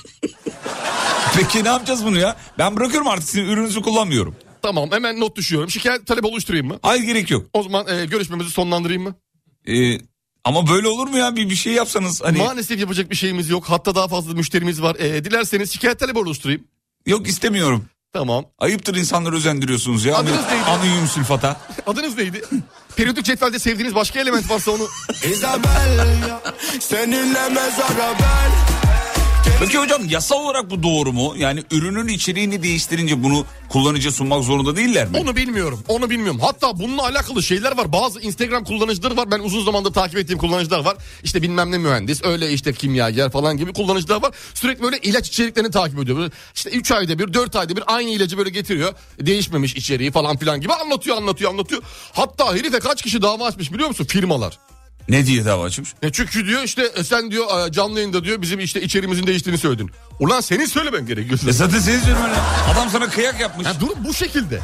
Peki ne yapacağız bunu ya? Ben bırakıyorum artık, sizin ürününüzü kullanmıyorum. Tamam, hemen not düşüyorum. Şikayet talep oluşturayım mı? Hayır, gerek yok. O zaman görüşmemizi sonlandırayım mı? Ama böyle olur mu ya, bir şey yapsanız hani. Maalesef yapacak bir şeyimiz yok. Hatta daha fazla müşterimiz var. Dilerseniz şikayet talebi oluşturayım. Yok, istemiyorum. Tamam. Ayıptır, insanları özendiriyorsunuz ya. Adınız neydi? Aminyum sülfata. Adınız neydi? Periyodik cetvelde sevdiğiniz başka element varsa onu. Isabel, seninle mezara ben. Peki hocam, yasal olarak bu doğru mu? Yani ürünün içeriğini değiştirince bunu kullanıcıya sunmak zorunda değiller mi? Onu bilmiyorum. Hatta bununla alakalı şeyler var. Bazı Instagram kullanıcıları var. Ben uzun zamandır takip ettiğim kullanıcılar var. İşte bilmem ne mühendis, öyle işte kimyager falan gibi kullanıcılar var. Sürekli böyle ilaç içeriklerini takip ediyor. Böyle işte 3 ayda bir, 4 ayda bir aynı ilacı böyle getiriyor. Değişmemiş içeriği falan filan gibi anlatıyor. Hatta herife kaç kişi dava açmış biliyor musun? Firmalar. Ne diye dava açmış? Çünkü diyor işte sen diyor canlı yayında diyor bizim işte içeriğimizin değiştiğini söyledin. Ulan senin söylemen gerekiyor. Zaten senin söylemen. Adam sana kıyak yapmış. Durum bu şekilde.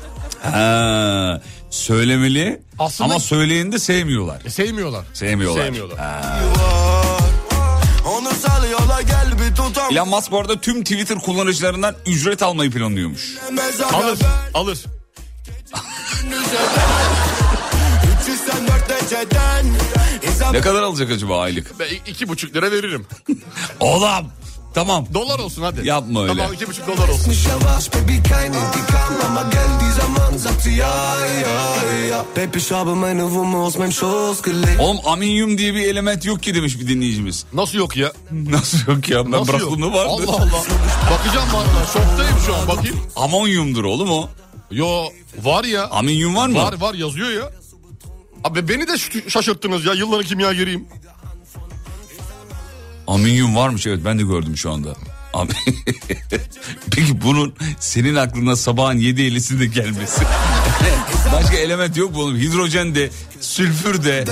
Söylemeli aslında... ama söyleyeni de sevmiyorlar. Sevmiyorlar. Onu sal yola gel bir tutam. Elon Musk bu arada tüm Twitter kullanıcılarından ücret almayı planlıyormuş. Alır. Ne kadar alacak acaba aylık? Ben 2,5 lira veririm. Oğlum tamam. Dolar olsun hadi. Yapma öyle. Tamam, 2,5 dolar olsun. Oğlum aminyum diye bir element yok ki demiş bir dinleyicimiz. Nasıl yok ya? Nasıl yok ya? Ben bıraktığımda vardı. Allah. Bakacağım var. Şoktayım şu an, bakayım. Amonyumdur oğlum o. Yo var ya. Aminyum var mı? Var yazıyor ya. Abi beni de şaşırttınız ya, yılların kimyageriyim. Aminyum varmış, evet, ben de gördüm şu anda. Peki bunun senin aklına sabahın 7.50'sinde gelmesi. Başka element yok mu oğlum? Hidrojen de, sülfür de.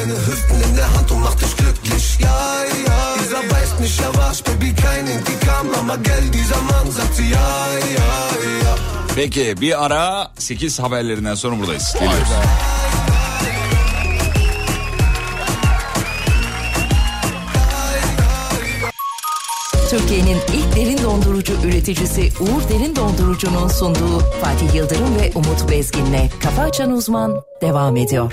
Peki bir ara, 8 haberlerinden sonra buradayız. Geliyoruz. Türkiye'nin ilk derin dondurucu üreticisi Uğur Derin Dondurucu'nun sunduğu Fatih Yıldırım ve Umut Bezgin'le Kafa Açan Uzman devam ediyor.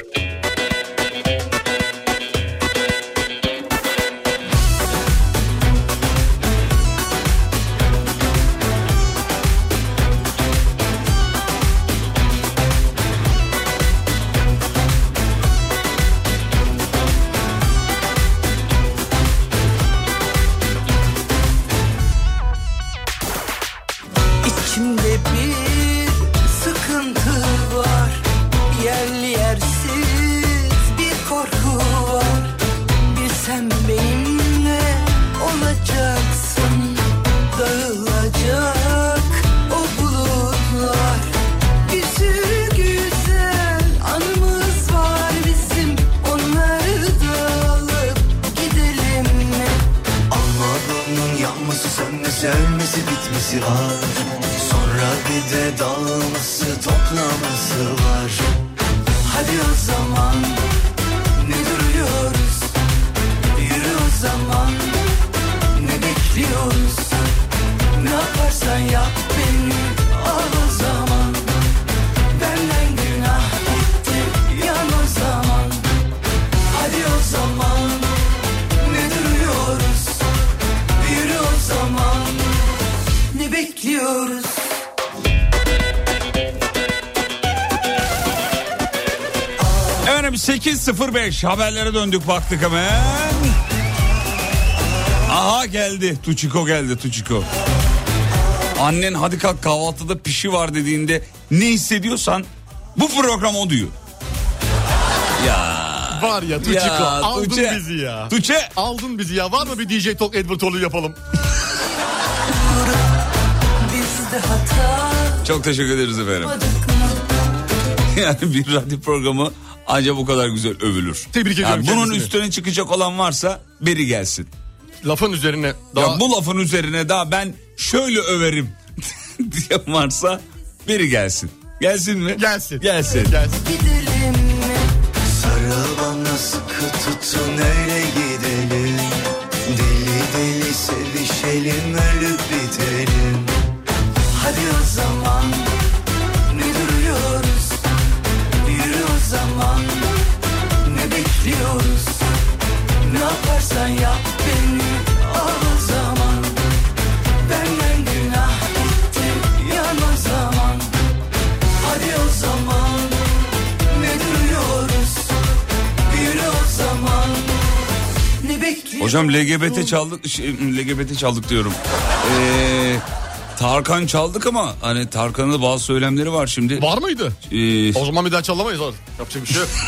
Sevmesi bitmesi var. Sonra bir de dağılması toplaması var. Hadi o zaman ne duruyoruz? Yürü o zaman ne bekliyoruz? Ne yaparsan yap beni al o zaman. Benden günah gitti yan o zaman. Hadi o zaman ne duruyoruz? Yürü o zaman ne bekliyoruz? Efendim 8.05 haberlere döndük, baktık hemen. Aha geldi Tuçiko, geldi Tuçiko. Annen hadi kalk kahvaltıda pişi var dediğinde ne hissediyorsan bu program o diyor. Ya var ya Tuçiko, aldın Tuğçe, bizi ya. Tuğçe. Aldın bizi ya. Var mı bir DJ Talk Edward Hall'u yapalım? Çok teşekkür ederiz efendim. Yani bir radyo programı ancak bu kadar güzel övülür. Tebrik ediyorum Yani bunun kendisini. üstüne çıkacak olan varsa beri gelsin. Lafın üzerine daha... Ya bu lafın üzerine daha ben şöyle överim diye varsa beri gelsin. Gelsin mi? Gelsin. Gelsin. Gidelim mi? Sarıl bana sıkı tutun öyle gidelim. Deli deli sevişelim ölüp bitelim. Hadi o zaman ne duruyoruz? Yürü o zaman ne bekliyoruz? Ne yaparsan yap beni al o zaman. Benden günah gitti yan o zaman. Hadi o zaman ne duruyoruz? Yürü o zaman ne bekliyoruz? Hocam LGBT çaldık, LGBT çaldık diyorum. Tarkan çaldık ama hani Tarkan'ın da bazı söylemleri var şimdi. Var mıydı? O zaman bir daha çalamayız var. Yapacak bir şey yok.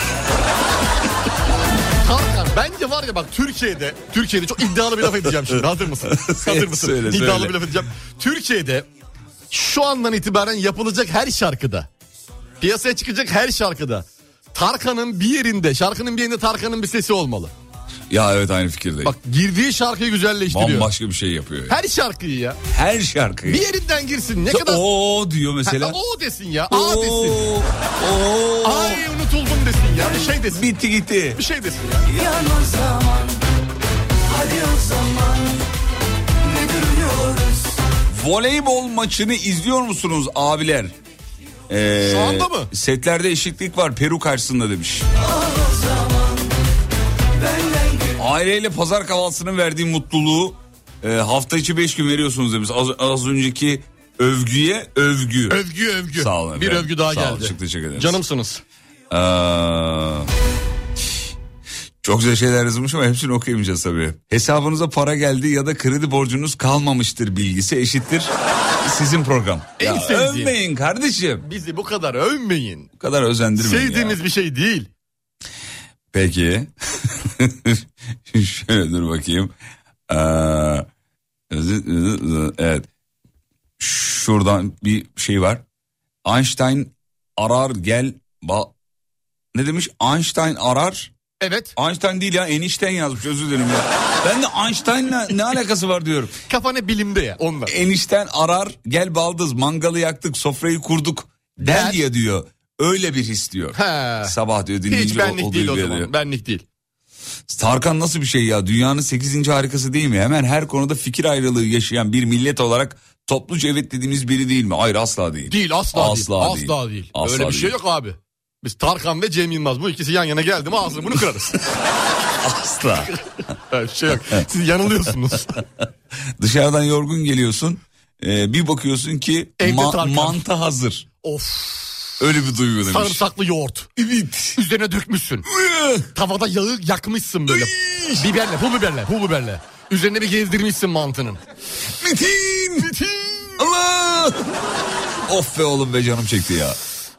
Tarkan bence var ya bak Türkiye'de çok iddialı bir laf edeceğim şimdi. Hazır mısın? Hazır mısın? Söyle, İddialı söyle. bir laf edeceğim. Türkiye'de şu andan itibaren yapılacak her şarkıda, piyasaya çıkacak her şarkıda Tarkan'ın bir yerinde, şarkının bir yerinde Tarkan'ın bir sesi olmalı. Ya evet, aynı fikirdeyim. Bak girdiği şarkıyı güzelleştiriyor. Bambaşka bir şey yapıyor. Her şarkıyı ya. Her şarkıyı. Bir yerinden girsin. Ne kadar... O diyor mesela. O desin ya. A desin. Ay unutuldum desin ya. Bir şey desin. Bitti gitti. Bir şey desin ya. Yan o zaman hadi o zaman ne duruyoruz? Voleybol maçını izliyor musunuz abiler? Şu anda mı? Setlerde eşitlik var Peru karşısında demiş. Aileyle pazar kahvaltısının verdiği mutluluğu hafta içi 5 gün veriyorsunuz demiş. Az önceki övgüye övgü. Övgü. Sağ olun. Bir efendim. övgü daha Sağ olun, geldi. çok teşekkür ederiz. Canımsınız. Çok güzel şeyler yazılmış ama hepsini okuyamayacağız tabii. Hesabınıza para geldi ya da kredi borcunuz kalmamıştır bilgisi eşittir sizin program. En Ya sevdiğim. övmeyin kardeşim. Bizi bu kadar övmeyin. Bu kadar özendirmeyin Sevdiğimiz ya. bir şey değil. Peki. Şöyle dur bakayım. Evet. Şuradan bir şey var. Einstein arar gel. Ne demiş? Einstein arar. Evet. Einstein değil ya, Einstein yazmış, özür dilerim ya. Ben de Einstein'la ne alakası var diyorum. Kafa ne bilimde ya onunla. Einstein arar gel baldız, mangalı yaktık, sofrayı kurduk der ya diyor. Öyle bir his diyor. He. Sabah diyor dinleyici Hiç benlik değil o diyor. zaman. Benlik değil. Tarkan nasıl bir şey ya? Dünyanın 8. harikası değil mi? Hemen her konuda fikir ayrılığı yaşayan bir millet olarak topluca evet dediğimiz biri değil mi? Hayır, asla değil. Değil, asla değil. Asla değil. Asla Öyle bir değil. şey yok abi. Biz Tarkan ve Cem Yılmaz, bu ikisi yan yana geldi mi ağzını bunu kırarız. Asla. Öyle bir şey yok. Siz yanılıyorsunuz. Dışarıdan yorgun geliyorsun. Bir bakıyorsun ki mantı hazır. Of. Öyle bir duygu demiş. Sarımsaklı yoğurt. Evet. Üzerine dökmüşsün. Tavada yağı yakmışsın böyle. Biberle, pul biberle. Üzerine bir gezdirmişsin mantının. Metin. Allah. Of be oğlum be, canım çekti ya.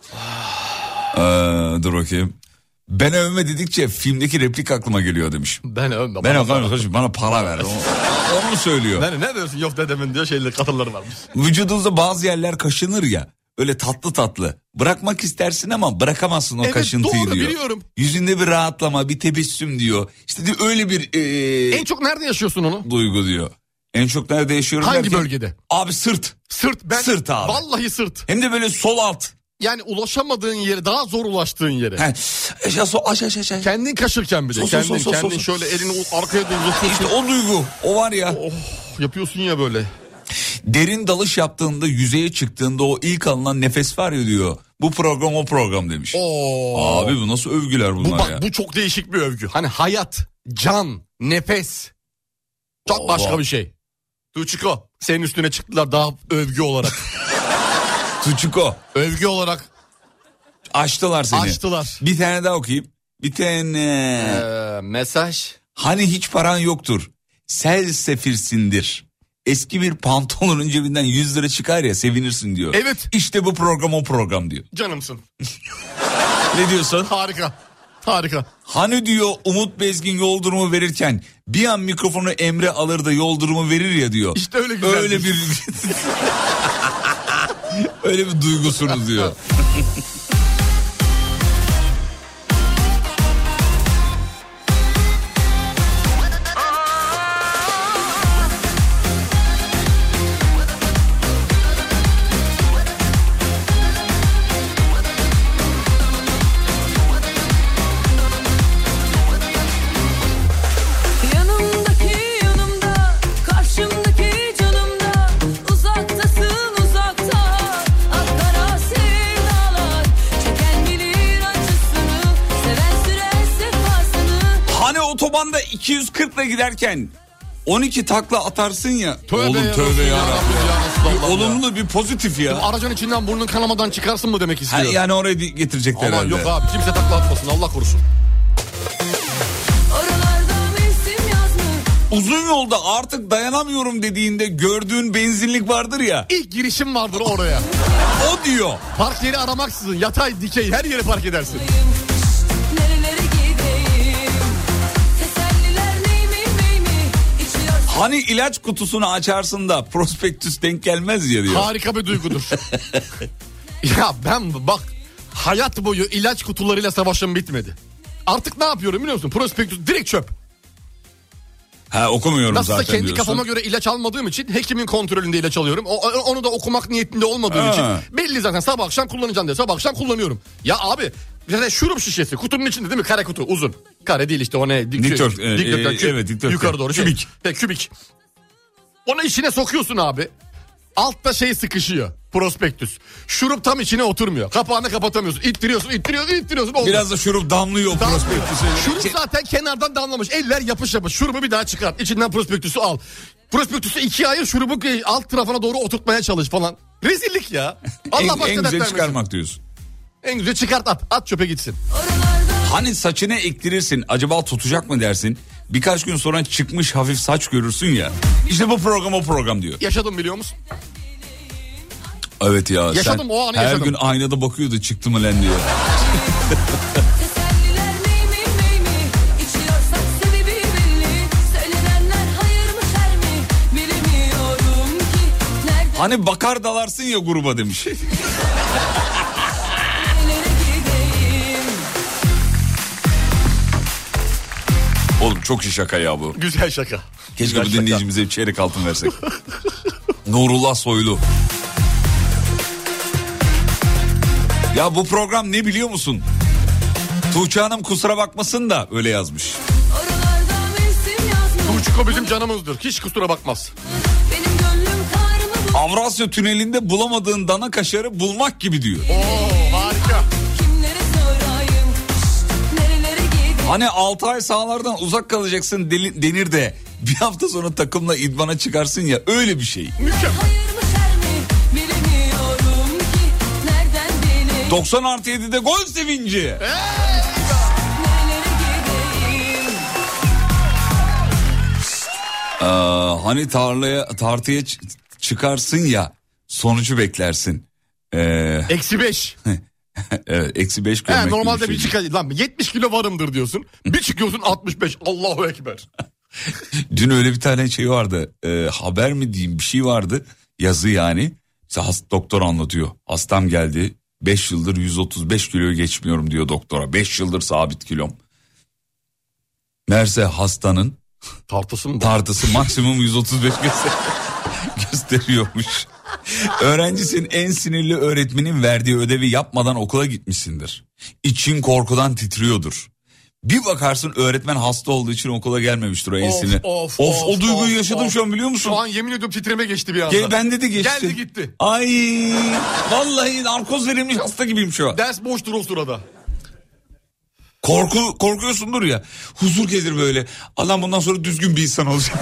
Dur bakayım. Ben övme dedikçe filmdeki replik aklıma geliyor demiş. Ben övme. Bana para ver. Onu söylüyor. Ne diyorsun, yok dedemin diyor şeyler, katılları varmış. Vücudunuzda bazı yerler kaşınır ya. Öyle tatlı tatlı. Bırakmak istersin ama bırakamazsın o kaşıntıyı doğru, diyor. biliyorum. Yüzünde bir rahatlama, bir tebessüm diyor. İşte diyor, öyle bir... En çok nerede yaşıyorsun onu? Duygu diyor. En çok nerede yaşıyorum Hangi derken, bölgede? Abi sırt. Sırt abi. Vallahi sırt. Hem de böyle sol alt. Yani ulaşamadığın yere, daha zor ulaştığın yere. Aşağı. Kendin kaşırken bir de. Kendin şöyle elini arkaya doğru uzatıyorsun. İşte o duygu. O var ya. Oh, yapıyorsun ya böyle. Derin dalış yaptığında, yüzeye çıktığında o ilk alınan nefes var ya diyor. Bu program o program demiş. Oo. Abi bu nasıl övgüler bunlar ya. Bu çok değişik bir övgü. Hani hayat, can, nefes. Çok başka bir şey. Tuğçiko, senin üstüne çıktılar daha övgü olarak. Tuğçiko. Övgü olarak. Açtılar seni. Açtılar. Bir tane daha okuyayım. Bir tane. Mesaj. Hani hiç paran yoktur. Sefirsindir. Eski bir pantolonun cebinden 100 lira çıkar ya, sevinirsin diyor. Evet. İşte bu program o program diyor. Canımsın. Ne diyorsun? Harika. Hani diyor Umut Bezgin yol durumu verirken bir an mikrofonu Emre alır da yol durumu verir ya diyor. İşte öyle güzel. Öyle bir duygusunuz diyor. Otobanda 240'la giderken 12 takla atarsın ya. Tövbe ya. Olumlu bir pozitif ya. Aracın içinden burnun kanamadan çıkarsın mı demek istiyor? Yani oraya getirecekler herhalde. Ama yok abi, kimse takla atmasın, Allah korusun. Uzun yolda artık dayanamıyorum dediğinde gördüğün benzinlik vardır ya. İlk girişim vardır oraya. O diyor. Park yeri aramaksızın, yatay, dikey her yere park edersin. Hani ilaç kutusunu açarsın da prospektüs denk gelmez ya diyor. Harika bir duygudur. Ya ben bak, hayat boyu ilaç kutularıyla savaşım bitmedi. Artık ne yapıyorum biliyor musun? Prospektüs direkt çöp. Okumuyorum nasılsa zaten kendi diyorsun. kafama göre ilaç almadığım için hekimin kontrolünde ilaç alıyorum. Onu da okumak niyetinde olmadığım için belli zaten, sabah akşam kullanacağım diye sabah akşam kullanıyorum. Ya abi mesela şurup şişesi kutunun içinde değil mi? Kare kutu, uzun. Kare değil işte, o ne? Dikdörtgen. Yukarı doğru. Kübik. Kübik. Onu içine sokuyorsun abi. Altta şey sıkışıyor. Prospektüs. Şurup tam içine oturmuyor. Kapağını kapatamıyorsun. İttiriyorsun. Olmuyor. Biraz da şurup damlıyor prospektüse. Şurup zaten kenardan damlamış. Eller yapış. Şurubu bir daha çıkart. İçinden prospektüsü al. Prospektüsü ikiye ayır. Şurubu alt tarafına doğru oturtmaya çalış falan. Rezillik ya. Allah en güzel çıkarmak diyorsun. En güzel çıkart, at. At çöpe gitsin. Hani saçını ektirirsin, acaba tutacak mı dersin? Birkaç gün sonra çıkmış hafif saç görürsün ya. İşte bu program o program diyor. Yaşadım biliyor musun? Evet ya. Yaşadım, o anı yaşadım. Her gün aynada bakıyordu, çıktı mı lan diyor. Hani bakar dalarsın ya gruba demiş. Oğlum çok iyi şaka ya bu. Güzel şaka. Keşke bu dinleyicimize bir çeyrek altın versek. Nurullah Soylu. Ya bu program ne biliyor musun? Tuğçe Hanım kusura bakmasın da öyle yazmış. Çiko bizim canımızdır. Hiç kusura bakmaz. Benim gönlüm karımı Avrasya Tüneli'nde bulamadığın dana kaşarı bulmak gibi diyor. Oo, harika. kimlere sorayım? Nerelere gideyim? Hani 6 ay sahalardan uzak kalacaksın denir de bir hafta sonra takımla idmana çıkarsın ya, öyle bir şey. Mükemmel. Hayır mı şer mi? Bilemiyorum ki nereden bileyim? 90+7'de gol sevinci. Nerelere gideyim? Hani tartıya çıkarsın ya, sonucu beklersin. -5. Evet, -5 görmek Normalde gibi bir çıkar. Lan 70 kilo varımdır diyorsun. Bir çıkıyorsun 65. Allahu Ekber. Dün öyle bir tane şey vardı. Haber mi diyeyim, bir şey vardı. Yazı yani. İşte doktor anlatıyor. Hastam geldi. 5 yıldır 135 kiloyu geçmiyorum diyor doktora. 5 yıldır sabit kilom. Meğerse hastanın tartısı maksimum 135 gösteriyormuş. Öğrencisin, en sinirli öğretmenin verdiği ödevi yapmadan okula gitmişsindir. İçin korkudan titriyordur. Bir bakarsın öğretmen hasta olduğu için okula gelmemiştir o en sinirli. O duyguyu yaşadım şu an, biliyor musun? Şu an yemin ediyorum titreme geçti bir anda. Bende de geçti. Geldi gitti. Ay vallahi narkoz verilmiş hasta gibiyim şu an. Ders boştur o sırada. Korkuyorsundur ya. Huzur gelir böyle. Adam bundan sonra düzgün bir insan olacak.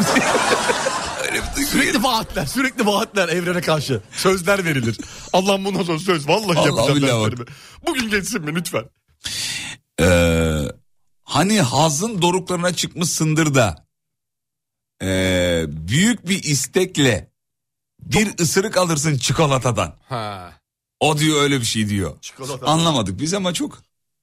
Sürekli vaatler evrene karşı. Sözler verilir. Allah'ım bundan sonra söz. Vallahi yapacağım derslerimi. Bugün geçsin mi lütfen? Hani hazın doruklarına çıkmışsındır da büyük bir istekle bir ısırık alırsın çikolatadan. Ha. O diyor, öyle bir şey diyor. Çikolata. Anlamadık biz ama çok.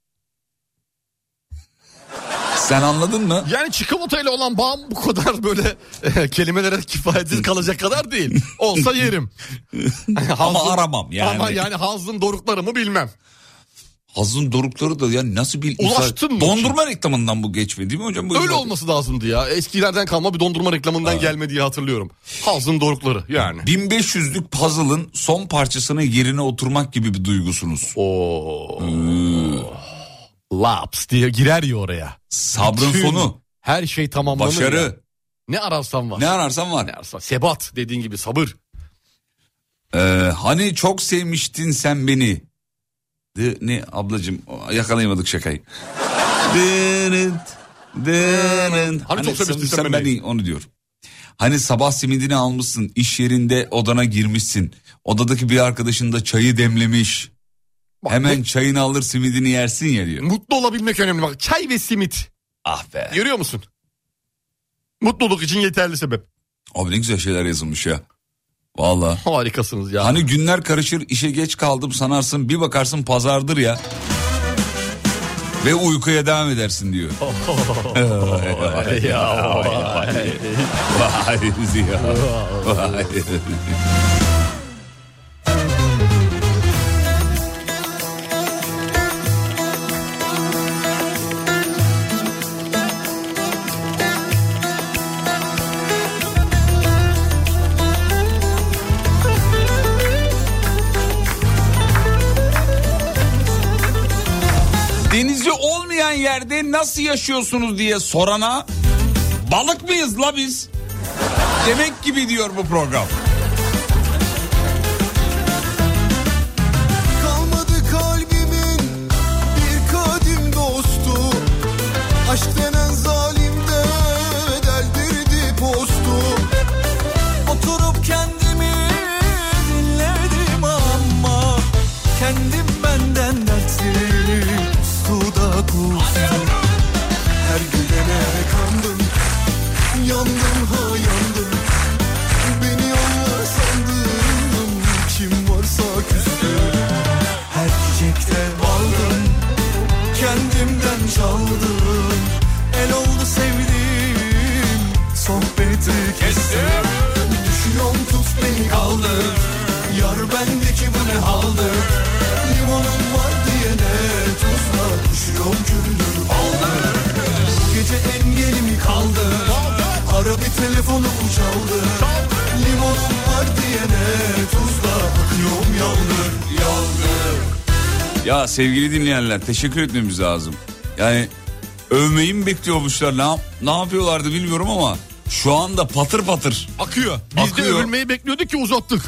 Sen anladın mı? Yani çikolatayla olan bağım bu kadar böyle kelimelere kifayetsiz kalacak kadar değil. Olsa yerim. Ama aramam yani. Ama yani hazın dorukları mı bilmem. Hazın dorukları da yani nasıl bir... Ulaştın mı? Dondurma reklamından bu geçmedi değil mi hocam? Öyle olması lazımdı ya. Eskilerden kalma bir dondurma reklamından gelme diye hatırlıyorum. Hazın dorukları yani. 1500'lük puzzle'ın son parçasının yerine oturmak gibi bir duygusunuz. Laps diye girer ya oraya. Sabrın sonu. Her şey tamamlanır. Başarı. Ya. Ne ararsan var. Ne ararsan var. Sebat dediğin gibi, sabır. Hani çok sevmiştin sen beni. Ne ablacığım, yakalayamadık şakayı. Hani çok sevmiştin sen beni. Onu diyor. Hani sabah simidini almışsın, iş yerinde odana girmişsin. Odadaki bir arkadaşın da çayı demlemiş. Bak, hemen çayını alır simidini yersin ya diyor. Mutlu olabilmek önemli. Bak, çay ve simit. Ah be. Görüyor musun? Mutluluk için yeterli sebep. Abi ne güzel şeyler yazılmış ya. Vallahi. Harikasınız ya. Hani günler karışır, işe geç kaldım sanarsın, bir bakarsın pazardır ya. Ve uykuya devam edersin diyor. Denizi olmayan yerde nasıl yaşıyorsunuz diye sorana balık mıyız la biz? Demek gibi diyor bu program. Kalmadı kalbimin bir kadim dostu, aşk denen zalimde deldirdi postu. Oturup kendimi dinledim ama kendim benden dertli. Suda kustum, her gülene kandım, yandım ha yandım, beni onlar sandım, kim varsa küstüm, her çiçekte aldım, kendimden çaldım, el oldu sevdiğim, sohbeti kestim, düşüyorum tut beni kaldır, yar bendeki bu ne haldır, limonum var diyene tuzla düşüyorum küllüm aldır. Gece engelimi kaldır, ara bir telefonu çaldı, limonum var diyene tuzla bakıyorum yaldır yaldır. Ya sevgili dinleyenler, teşekkür etmemiz lazım. Yani övmeyi mi bekliyormuşlar, ne yapıyorlardı bilmiyorum ama Şu anda patır patır. Akıyor. Biz de övülmeyi bekliyorduk ki uzattık.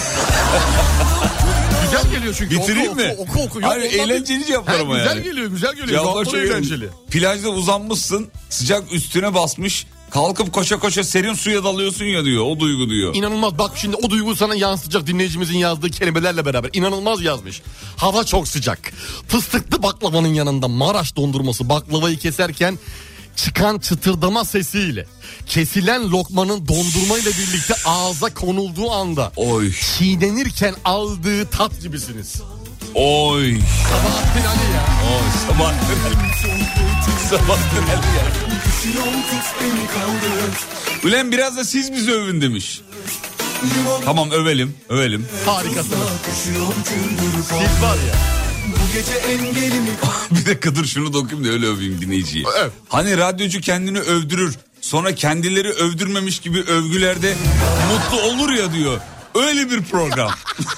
Güzel geliyor çünkü. Bitireyim mi? Oku. Hayır, eğlenceli cevaplar ama güzel yani. Güzel geliyor. Cevaplar Eğlenceli. Plajda uzanmışsın, sıcak üstüne basmış. Kalkıp koşa koşa serin suya dalıyorsun ya diyor. O duygu diyor. İnanılmaz, bak şimdi o duygu sana yansıtacak dinleyicimizin yazdığı kelimelerle beraber. İnanılmaz yazmış. Hava çok sıcak. Fıstıklı baklavanın yanında Maraş dondurması baklavayı keserken çıkan çıtırdama sesiyle kesilen lokmanın dondurmayla birlikte ağza konulduğu anda çiğnenirken aldığı tat gibisiniz. Oy. Sabahattin Ali ya. Oy, Sabahattin Ali. Sabahattin Ali ya. Ulan biraz da siz bizi övün demiş. Tamam, övelim. Harikasınız. Siz var ya. Bu gece engelimi... Bir dakika dur, şunu da okuyayım da öyle öveyim dinleyiciyi. Evet. Hani radyocu kendini övdürür, sonra kendileri övdürmemiş gibi övgülerde mutlu olur ya diyor. Öyle bir program.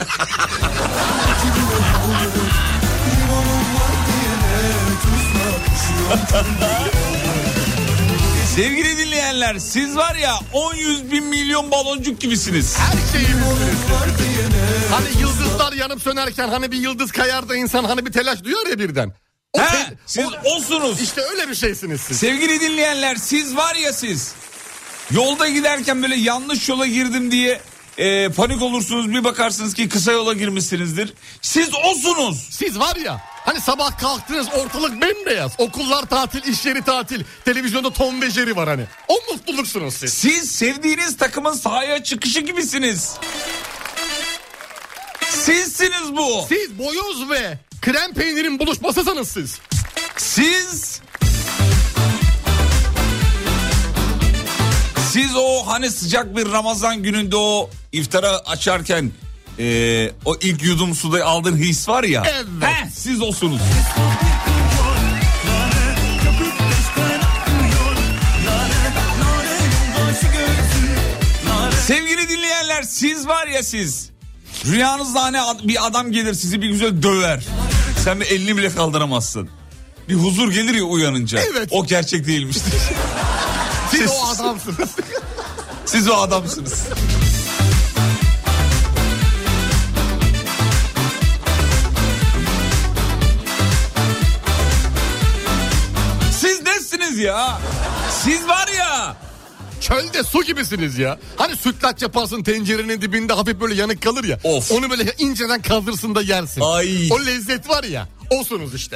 Sevgili dinleyenler, siz var ya 10-100 bin milyon baloncuk gibisiniz. Her şeyimiz. Hani yıldızlar yanıp sönerken hani bir yıldız kayar da insan hani bir telaş duyar ya birden. Siz olsunuz. İşte öyle bir şeysiniz siz. Sevgili dinleyenler, siz var ya siz. Yolda giderken böyle yanlış yola girdim diye panik olursunuz, bir bakarsınız ki kısa yola girmişsinizdir. Siz olsunuz. Siz var ya hani sabah kalktınız ortalık bembeyaz. Okullar tatil, iş yeri tatil. Televizyonda Tom ve Jerry var hani. O mutluluksunuz siz. Siz sevdiğiniz takımın sahaya çıkışı gibisiniz. Sizsiniz bu. Siz boyoz ve krem peynirin buluşmasısınız siz. Siz o hani sıcak bir Ramazan gününde o iftara açarken o ilk yudum suda aldığın his var ya. Evet. Siz olsunuz. Sevgili dinleyenler, siz var ya siz. Rüyanızda hani bir adam gelir sizi bir güzel döver. Sen bir elini bile kaldıramazsın. Bir huzur gelir ya uyanınca. Evet. O gerçek değilmiştir. Siz o adamsınız. Siz o adamsınız. Siz nesiniz ya? Siz var ya. Çölde su gibisiniz ya. Hani sütlaç yaparsın tencerenin dibinde hafif böyle yanık kalır ya. Of. Onu böyle inceden kaldırırsın da yersin. Ay. O lezzet var ya. Olsunuz işte.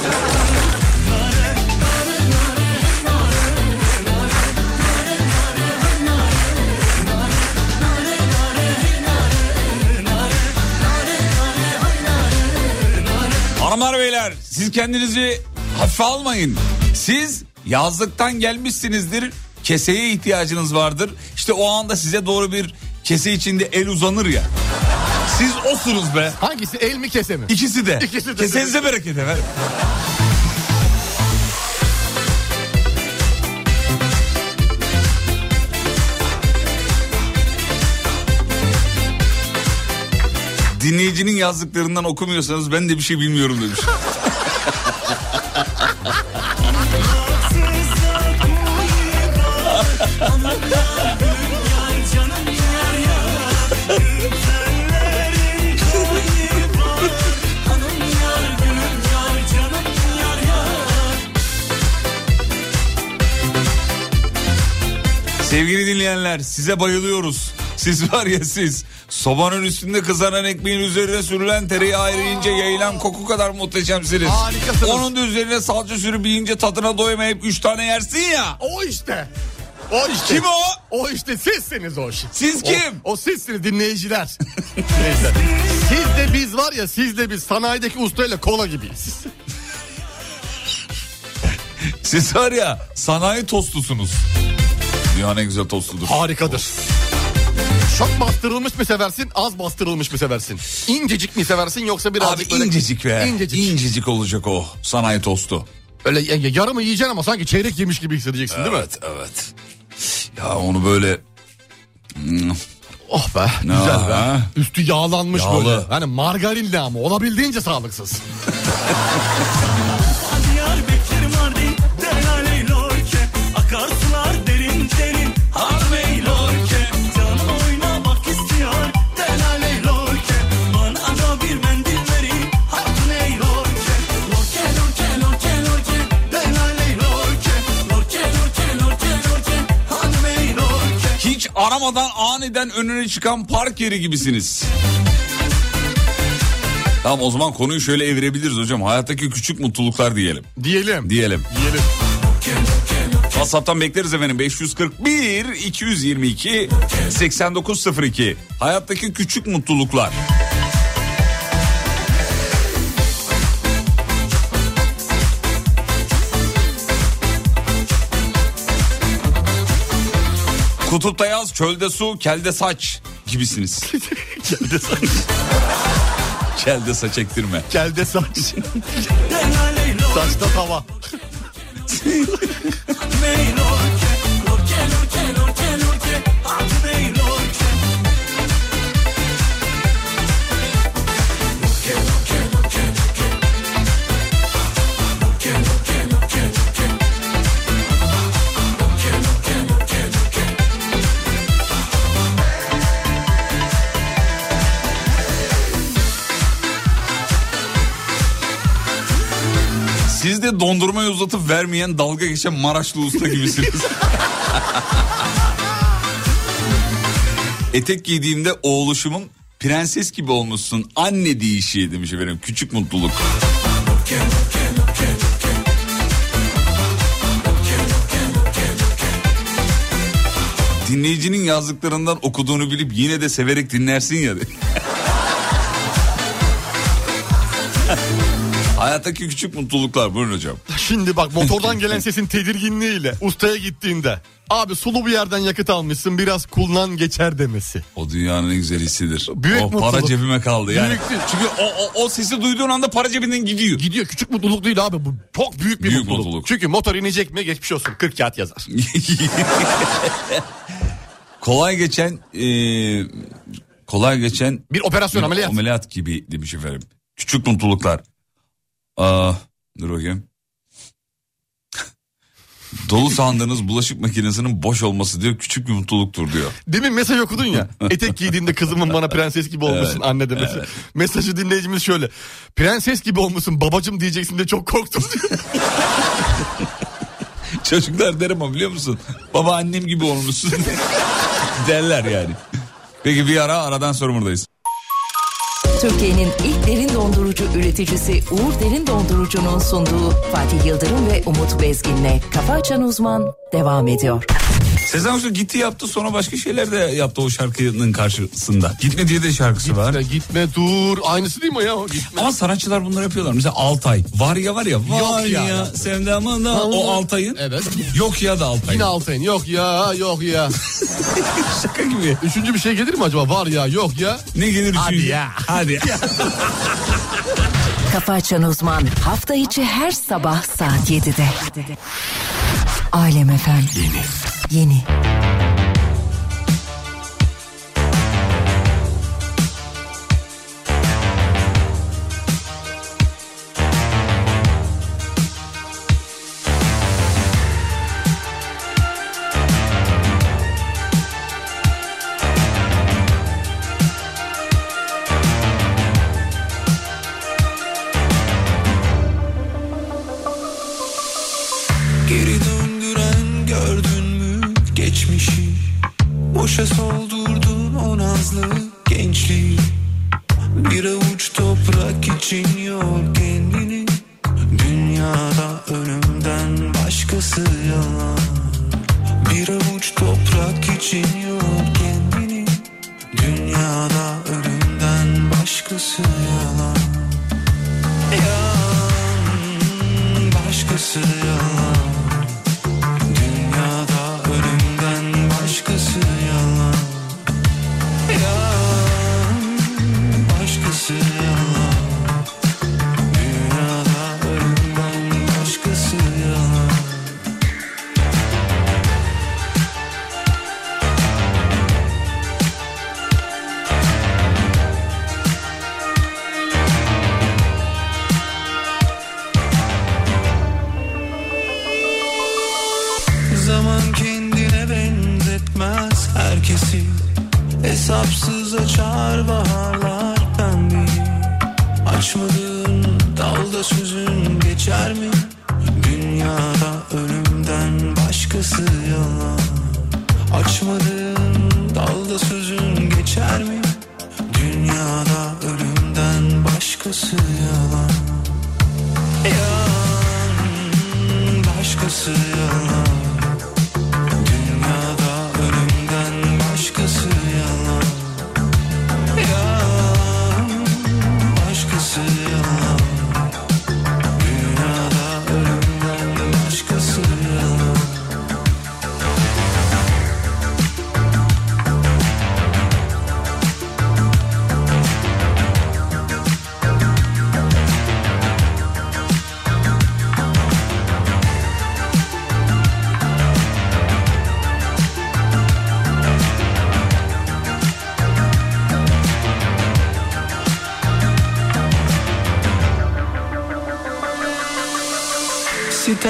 Hanımlar beyler, siz kendinizi hafife almayın. Siz yazlıktan gelmişsinizdir. Keseye ihtiyacınız vardır. İşte o anda size doğru bir kese içinde el uzanır ya. Siz osunuz be. Hangisi, el mi kese mi? İkisi de. İkisi de. Kesenize bereket efendim. Dinleyicinin yazdıklarından okumuyorsanız ben de bir şey bilmiyorum demiş. Sevgili dinleyenler, size bayılıyoruz. Siz var ya siz, sobanın üstünde kızaran ekmeğin üzerine sürülen tereyağı eriyince yayılan koku kadar muhteşemsiniz. Harikasınız. Onun da üzerine salça sürüp yiyince tadına doyamayıp 3 tane yersin ya. O işte. O işte. Kim o? O işte sizsiniz o. Siz kim? O sizsiniz dinleyiciler. Neyse. Siz de biz var ya, siz de biz sanayideki ustayla kola gibiyiz. Siz var ya sanayi tostusunuz. Ya ne güzel tostudur. Harikadır. Çok bastırılmış mı seversin, az bastırılmış mı seversin? İncecik mi seversin yoksa birazcık Abi böyle... incecik be. İncecik. İncecik olacak o sanayi tostu. Öyle yarımı yiyeceksin ama sanki çeyrek yemiş gibi hissedeceksin değil mi? Evet, evet. Ya onu böyle... Oh be, güzel be. Ha. Üstü yağlanmış Yağlı. böyle. Hani margarinli ama olabildiğince sağlıksız. Diyarbakır Mardin Delaleylorke akarsular derin derin aramadan aniden önüne çıkan park yeri gibisiniz. Tamam, o zaman konuyu şöyle evirebiliriz hocam. Hayattaki küçük mutluluklar diyelim. Diyelim. WhatsApp'tan bekleriz efendim. 541 222 8902. Hayattaki küçük mutluluklar. Kutupta yaz, çölde su, kelde saç gibisiniz. Kelde saç. Kelde saç ektirme. Kelde saç. Saçta tava. Siz de dondurmayı uzatıp vermeyen, dalga geçen Maraşlı usta gibisiniz. Etek giydiğimde oğluşumun prenses gibi olmuşsun anne deyişi demiş efendim. Küçük mutluluk. Dinleyicinin yazdıklarından okuduğunu bilip yine de severek dinlersin ya. Hayattaki küçük mutluluklar, buyurun hocam. Şimdi bak, motordan gelen sesin tedirginliğiyle ustaya gittiğinde abi sulu bir yerden yakıt almışsın, biraz kullan geçer demesi. O dünyanın en güzel hissidir. Büyük o mutluluk. Para cebime kaldı yani. Büyük değil. Çünkü o sesi duyduğun anda para cebinden gidiyor. Gidiyor, küçük mutluluk değil abi, bu çok büyük bir mutluluk. Çünkü motor inecek mi, geçmiş olsun 40 kağıt yazar. Kolay geçen bir operasyon, ameliyat gibi demiş efendim. Küçük mutluluklar. Dur bakayım. Dolu sandığınız bulaşık makinesinin boş olması diyor küçük bir mutluluktur diyor. Demin mesaj okudun ya. Etek giydiğinde kızımın bana prenses gibi olmuşsun anne demesi. Evet. Mesajı dinleyicimiz şöyle. Prenses gibi olmuşsun babacım diyeceksin de çok korktum diyor. Çocuklar der ama biliyor musun? Baba annem gibi olmuşsun derler yani. Peki bir aradan sonra buradayız. Türkiye'nin ilk derin dondurucu üreticisi Uğur Derin Dondurucu'nun sunduğu Fatih Yıldırım ve Umut Bezgin'le Kafa Açan Uzman devam ediyor. Sezen Aksu gitti yaptı, sonra başka şeyler de yaptı o şarkının karşısında. Gitme diye de şarkısı var. Gitme dur, aynısı değil mi ya o gitme. Ama sanatçılar bunları yapıyorlar. Mesela Altay. Var ya var ya. Sevdamın da o Altay'ın. Evet. Yok ya da Altay'ın. Yine Altay'ın. Yok ya. Şaka gibi. Üçüncü bir şey gelir mi acaba? Var ya, yok ya. Ne gelir Hadi üçüncü? ya. Hadi. Kafa Açan Uzman hafta içi her sabah saat 7'de. Alem FM. Yeni. Geri döndüren gördün mü geçmişi? Boşa soldurdun o nazlı gençliği. Bir avuç toprak için yor kendini. Dünyada ölümden başkası yalan. Bir avuç toprak için yor kendini. Dünyada ölümden başkası yalan. Başkası yalan. Dünyada ölümden başkası yalan. Başkası yalan. Dünyada ölümden başkası yalan. Zaman kendine benzetmez herkesi. Hesapsız açar baharlar pembeyi. Açmadığın dalda sözün geçer mi? Dünyada ölümden başkası yalan. Açmadığın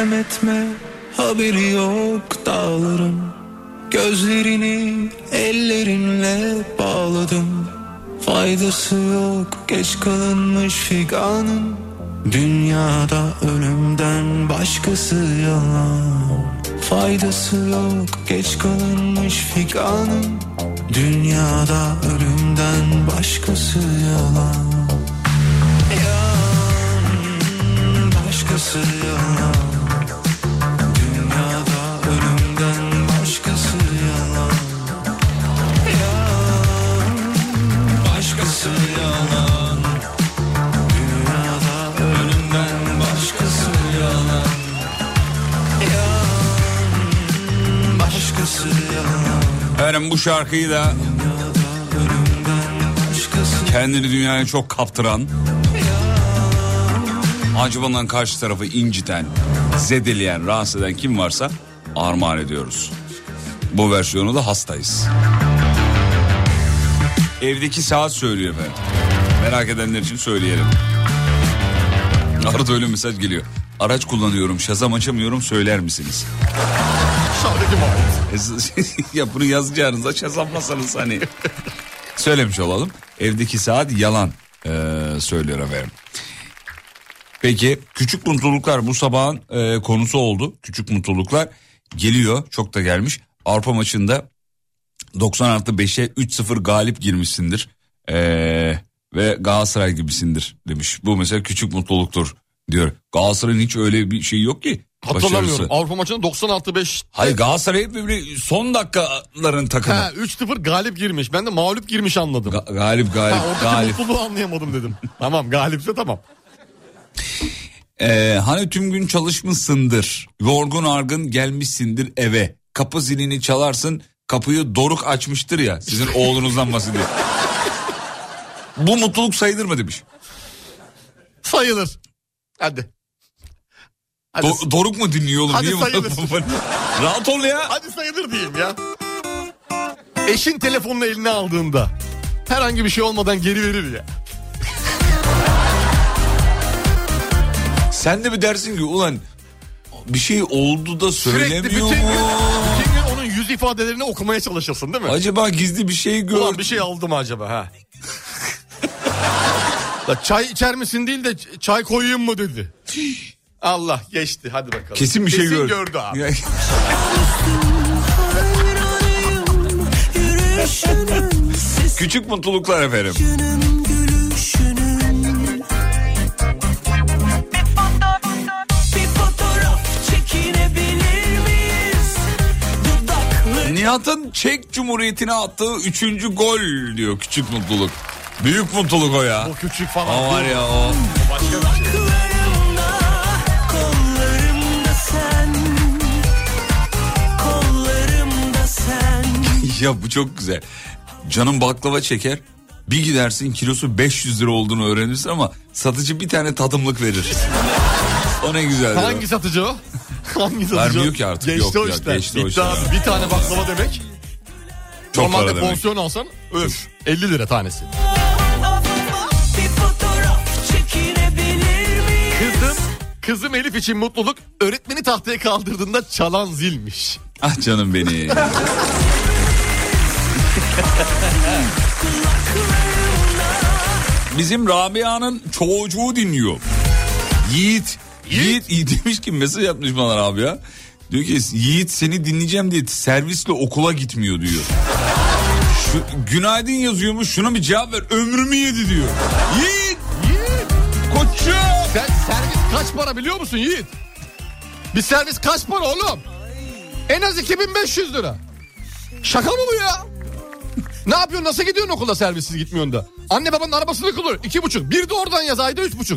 sitem etme, haberi yok dağların. Gözlerini ellerinle bağladım. Faydası yok geç kalınmış figanın. Dünyada ölümden başkası yalan. Faydası yok geç kalınmış figanın. Dünyada ölümden başkası yalan. Yalan, başkası yalan. Dünyada ölümden başkası yalan. Yalan, başkası yalan. Dünyada ölümden başkası yalan. Yalan, başkası yalan. Efendim bu şarkıyı da kendini dünyaya çok kaptıran, acıbandan karşı tarafı inciten, zedeleyen, rahatsız eden kim varsa armağan ediyoruz. Bu versiyonu da hastayız. Evdeki saat söylüyor efendim. Merak edenler için söyleyelim. Arada öyle mesaj geliyor. Araç kullanıyorum, şazam açamıyorum, söyler misiniz? Şarkı mı? Ya bunu yazacağınızda şazamlasanız hani. Söylemiş olalım. Evdeki saat yalan söylüyor efendim. Peki küçük mutluluklar bu sabahın konusu oldu. Küçük mutluluklar geliyor, çok da gelmiş. Avrupa maçında 90+5'e 3-0 galip girmişsindir. Ve Galatasaray gibisindir demiş. Bu mesela küçük mutluluktur diyor. Galatasaray'ın hiç öyle bir şey yok ki. Hatırlamıyorum. Başarısı. Avrupa maçında 90+5. Hayır, Galatasaray böyle son dakikaların takımı. 3-0 galip girmiş. Ben de mağlup girmiş anladım. Galip. Oradaki mutluluğu anlayamadım dedim. Tamam, galipse tamam. Hani tüm gün çalışmışsındır. Yorgun argın gelmişsindir eve. Kapı zilini çalarsın. Kapıyı Doruk açmıştır ya. Sizin oğlunuzdan bahsediyor. Bu mutluluk sayılır mı demiş. Sayılır. Hadi. Doruk mu dinliyor oğlum? Hadi niye sayılır. Rahat ol ya. Hadi sayılır diyeyim ya. Eşin telefonunu eline aldığında herhangi bir şey olmadan geri verir ya. Sen de mi dersin ki ulan bir şey oldu da söylemiyor Sürekli mu? bütün gün onun yüz ifadelerini okumaya çalışırsın değil mi? Acaba gizli bir şey gördüm. Ulan bir şey aldı mı acaba ha? Çay içer misin değil de çay koyayım mı dedi. Allah geçti, hadi bakalım. Kesin bir şey gördü. gördü abi. Küçük mutluluklar efendim. Nihat'ın Çek Cumhuriyeti'ne attığı 3. gol diyor küçük mutluluk. Büyük mutluluk o ya. O küçük falan. O var ya o. Başka bir şey. Ya bu çok güzel. Canım baklava çeker. Bir gidersin kilosu 500 lira olduğunu öğrenirsin ama satıcı bir tane tadımlık verir. O ne güzel. Hangi satıcı o? Hangi satıcı? Vermiyor ki artık. Geçti yok o işte. Geçti o işte. işte. Bir tane baklava demek. Çok normalde para demek. porsiyon alsan öf 50 lira tanesi. Kızım Elif için mutluluk öğretmeni tahtaya kaldırdığında çalan zilmiş. Ah canım benim. Bizim Rabia'nın çocuğu dinliyor. Yiğit demiş ki mesaj yapmış bana Rabia. Diyor ki Yiğit seni dinleyeceğim diye servisle okula gitmiyor diyor. Günaydın yazıyormuş, şuna bir cevap ver, ömrümü yedi diyor. Yiğit koçum. Sen servis kaç para biliyor musun Yiğit? Bir servis kaç para oğlum? En az 2500 lira. Şaka mı bu ya? Ne yapıyorsun, nasıl gidiyorsun okula servissiz gitmiyorsun da? Anne babanın arabasını kılıyor 2,5. Bir de oradan yaz ayda 3,5.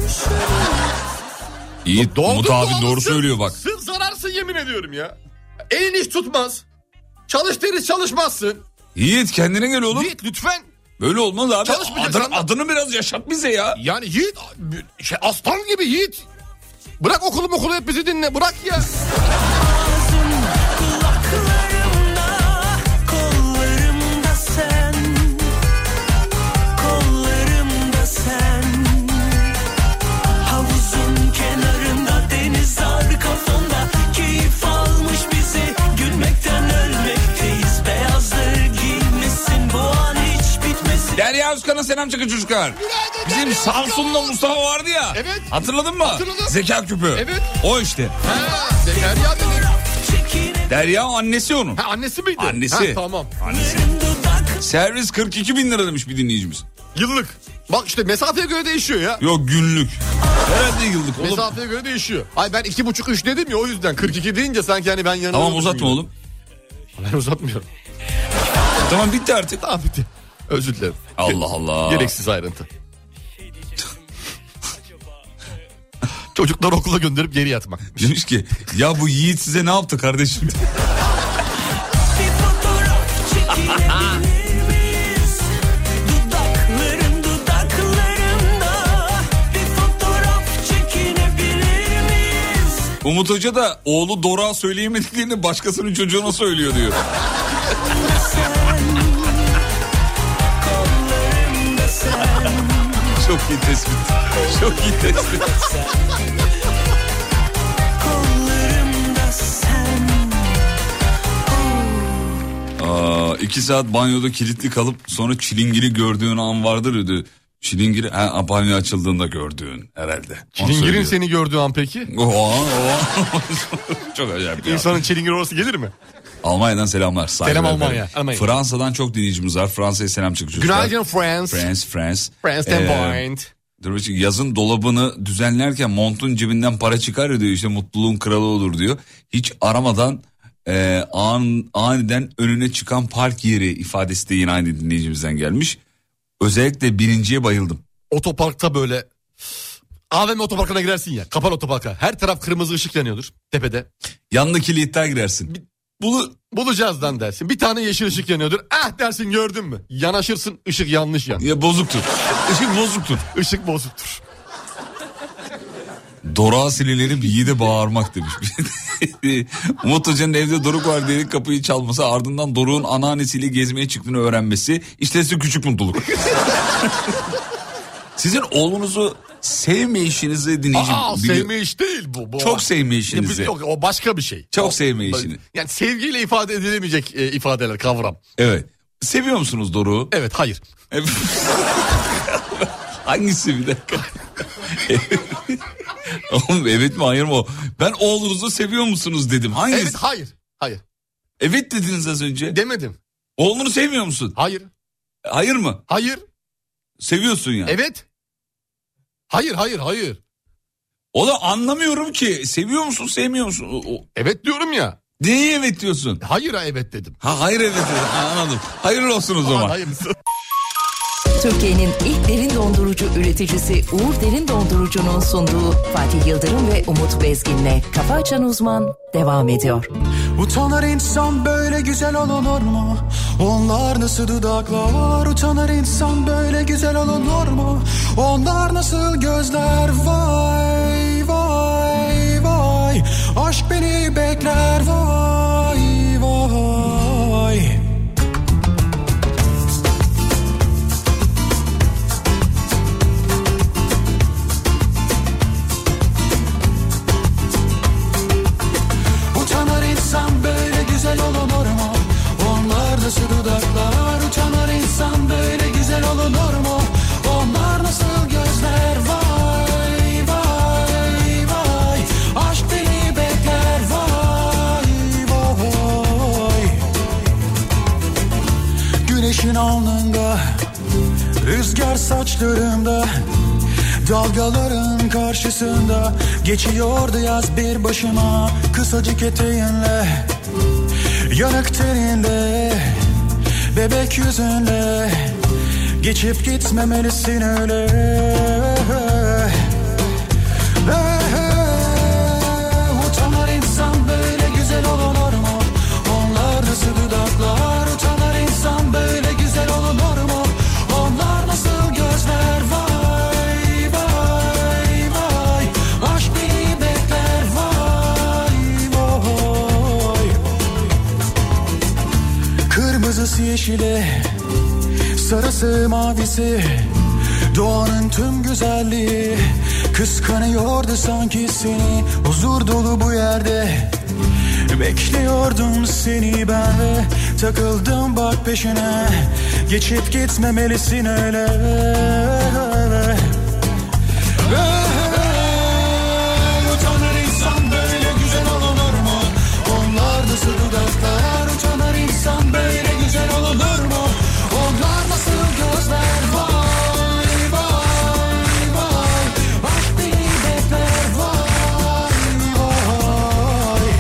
Yiğit Umut abi doğru söylüyor bak. Sırf zararsın yemin ediyorum ya. Elin iş tutmaz. Çalış deriz çalışmazsın. Yiğit kendine gel oğlum. Yiğit lütfen. Böyle olmaz abi. Çalışmayacaksın. Adını biraz yaşat bize ya. Yani Yiğit aslan gibi Yiğit. Bırak okulu hep bizi dinle, bırak ya. Zeka Özkan'a selam çakın çocuklar. Bizim Samsun'da Mustafa vardı ya. Evet. Hatırladın mı? Hatırladım. Zeka küpü. Evet. O işte. Derya dedim. Derya annesi onun. Ha, annesi miydi? Annesi. Ha, tamam. Annesi. Servis 42 bin lira demiş bir dinleyicimiz. Yıllık. Bak işte mesafeye göre değişiyor ya. Yok günlük. Herhalde yıllık oğlum. Mesafeye göre değişiyor. Ay ben 2,5-3 dedim ya o yüzden. 42 deyince sanki hani ben yanıldım. Tamam uzatma oğlum. Ben uzatmıyorum. Tamam bitti artık. Tamam bitti. Özür dilerim. Allah Allah. Gereksiz ayrıntı. Çocukları okula gönderip geri yatmak. Demiş ki ya bu Yiğit size ne yaptı kardeşim? Umut Hoca da oğlu Doruk'a söyleyemediklerini başkasının çocuğuna söylüyor diyor. Çok iyi tespit. Çok iyi tespit. 2 saat banyoda kilitli kalıp sonra çilingiri gördüğün an vardır ya diyor. Çilingiri banyo açıldığında gördüğün herhalde. Çilingirin seni gördüğü an peki? O an. Çok acayip ya. İnsanın çilingiri orası gelir mi? Almanya'dan selamlar. Selam Almanya. Fransa'dan çok dinleyicimiz var. Fransa'ya selam çıkıyor. Günaydın France. France 10 point. Yazın dolabını düzenlerken montun cebinden para çıkar ya diyor. İşte mutluluğun kralı olur diyor. Hiç aramadan aniden önüne çıkan park yeri ifadesi de yine aynı dinleyicimizden gelmiş. Özellikle birinciye bayıldım. Otoparkta böyle AVM otoparkına girersin ya, kapalı otoparka. Her taraf kırmızı ışık yanıyordur tepede. Yanındaki litter girersin. Bulacağız lan dersin. Bir tane yeşil ışık yanıyordur. Ah dersin gördün mü? Yanaşırsın ışık yanlış yan. Ya bozuktur. Işık bozuktur. Işık bozuktur. Doruk'a sinirlenip Yiğit'e bağırmak demiş. Umut Hoca'nın evde Doruk var diye kapıyı çalması, ardından Doruk'un anneannesiyle gezmeye çıktığını öğrenmesi. İşte size küçük mutluluk. Sizin oğlunuzu sevmeyişinizi dinleyeceğim. Sevmeyiş değil bu. Çok sevmeyişinizi. Yok, o başka bir şey. Çok sevmeyişini. Yani sevgiyle ifade edilemeyecek ifadeler, kavram. Evet. Seviyor musunuz Doruk'u? Evet, hayır. Hangisi bir dakika? Oğlum evet mi hayır mı? Ben oğlunuzu seviyor musunuz dedim. Hangisi? Evet, hayır. Evet dediniz az önce. Demedim. Oğlunu sevmiyor musun? Hayır. Hayır mı? Hayır. Seviyorsun ya. Evet. Hayır. Oğlum anlamıyorum ki. Seviyor musun, sevmiyor musun? Evet diyorum ya. Niye evet diyorsun? Hayır evet dedim. Hayır evet dedim. Anladım. Hayırlı olsun o zaman. Hayırlısı. Türkiye'nin ilk derin dondurucu üreticisi Uğur Derin Dondurucu'nun sunduğu Fatih Yıldırım ve Umut Bezgin'le Kafa Açan Uzman devam ediyor. Utanır insan böyle güzel olunur mu? Onlar nasıl dudaklar? Utanır insan böyle güzel olunur mu? Onlar nasıl gözler? Vay vay vay. Aşk beni bekler vay vay. Olunur mu? Onlar nasıl dudaklar? Utanır insan böyle güzel olunur mu? Onlar nasıl gözler? Vay vay vay. Aşk beni bekler vay vay. Güneşin alnında, rüzgar saçlarımda, dalgaların karşısında geçiyordu yaz bir başıma. Kısacık eteğinle, yanık teninde, bebek yüzünle geçip gitmemelisin öyle. Utanır insan böyle güzel olunur mu? Onlar nasıl dudaklar? Utanır insan böyle güzel olunur mu? Onlar nasıl gözler? Vay vay vay. Aşk beni bekler vay vay. Kırmızısı yeşili, sarısı mavisi, doğanın tüm güzelliği kıskanıyordu sanki seni. Huzur dolu bu yerde Bekliyordum seni ben ve takıldım bak peşine. Geçip gitmemelisin öyle. Utanır insan böyle güzel olunur mu? Onlar nasıl dudaklar? Utanır insan böyle güzel olunur mu? Onlar nasıl gözler? Vay vay vay. Aşk beni bekler vay vay.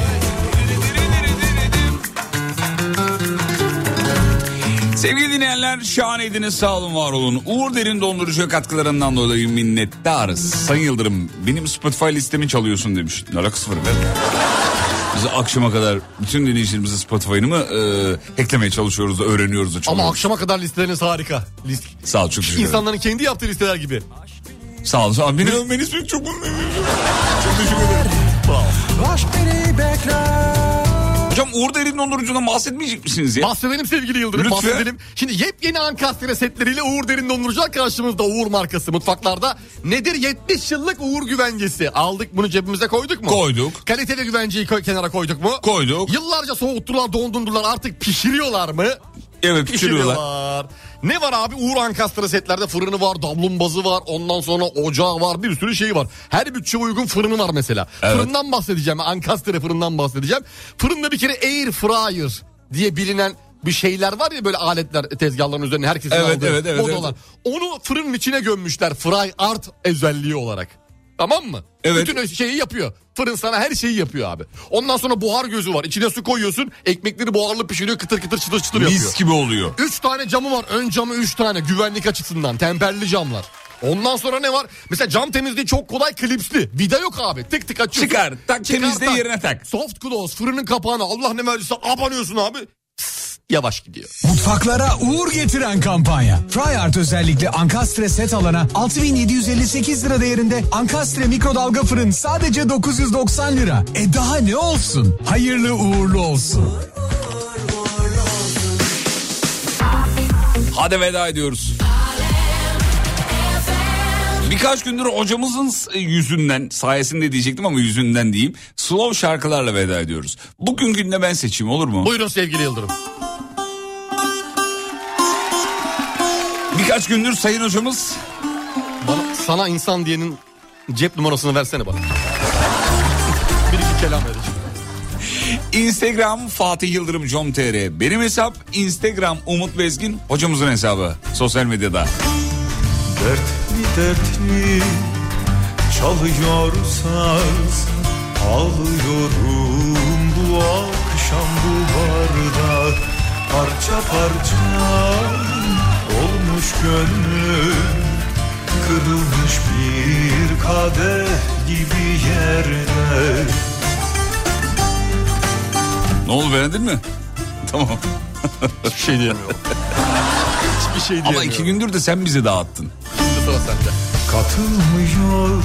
Sevgili dinleyenler, şahaneydiniz, sağ olun, var olun. Uğur Derin Dondurucu katkılarından dolayı minnettarız. Sayın Yıldırım, benim Spotify listemi çalıyorsun demiş. Ne alakası var efendim? Biz akşama kadar bütün dinleyicilerimizi Spotify'ını mı hacklemeye çalışıyoruz da öğreniyoruz da. Ama akşama kadar listeleriniz harika. Sağ ol, çok teşekkür ederim. İnsanların kendi yaptığı listeler gibi. Sağ ol, sağ ol. Beni çok mutluyum. Çok teşekkür ederim. Aşk beni bekler. Hocam Uğur Derin Dondurucu'dan bahsetmeyecek misiniz ya? Bahsedelim sevgili Yıldırım, Lütfen. bahsedelim. Şimdi yepyeni Ankastre setleriyle Uğur Derin Dondurucular karşımızda. Uğur markası mutfaklarda. Nedir? 70 yıllık Uğur güvencesi. Aldık bunu, cebimize koyduk mu? Koyduk. Kaliteli güvenceyi kenara koyduk mu? Koyduk. Yıllarca soğuttular, dondurdular, artık pişiriyorlar mı? Evet, pişiriyorlar. Ne var abi? Uğur Ankastre setlerde fırını var, davlumbazı var, ondan sonra ocağı var, bir sürü şey var. Her bütçeye uygun fırını var mesela. Evet. Fırından bahsedeceğim, Ankastre fırından bahsedeceğim. Fırında bir kere air fryer diye bilinen bir şeyler var ya, böyle aletler tezgahların üzerine herkesin aldığı. Evet. Onu fırının içine gömmüşler, fry art özelliği olarak. Tamam mı? Evet. Bütün şeyi yapıyor. Fırın sana her şeyi yapıyor abi. Ondan sonra buhar gözü var. İçine su koyuyorsun. Ekmekleri buharlı pişiriyor. Kıtır kıtır çıtır çıtır yapıyor. Mis gibi oluyor. 3 tane camı var. Ön camı 3 tane. Güvenlik açısından. Temperli camlar. Ondan sonra ne var? Mesela cam temizliği çok kolay, klipsli. Vida yok abi. Tık tık açıyorsun. Çıkar, tak, temizle, tak. yerine tak. Soft close. Fırının kapağına Allah ne verdiyse abanıyorsun abi. Yavaş gidiyor. Mutfaklara uğur getiren kampanya. Fryart özellikle Ankastre set alana 6.758 lira değerinde Ankastre mikrodalga fırın sadece 990 lira. Daha ne olsun? Hayırlı uğurlu olsun. Hadi veda ediyoruz. Birkaç gündür hocamızın yüzünden, sayesinde diyecektim ama yüzünden diyeyim, slow şarkılarla veda ediyoruz. Bugün de ben seçeyim, olur mu? Buyurun sevgili Yıldırım. Birkaç gündür sayın hocamız... Sana insan diyenin cep numarasını versene bana. Bir iki kelam vereceğim. Instagram Fatih Yıldırım com.tr, benim hesap Instagram Umut Bezgin, hocamızın hesabı sosyal medyada. Dertli çalıyor saz, ağlıyorum bu akşam bu barda. Parça parça olmuş gönlüm, kırılmış bir kadeh gibi yerde. Ne oldu, beğendin mi? Tamam. Hiçbir şey diyemiyorum. Hiçbir şey diyemiyorum. Ama 2 gündür de sen bizi dağıttın. Şimdi sıra sende. Katılmıyor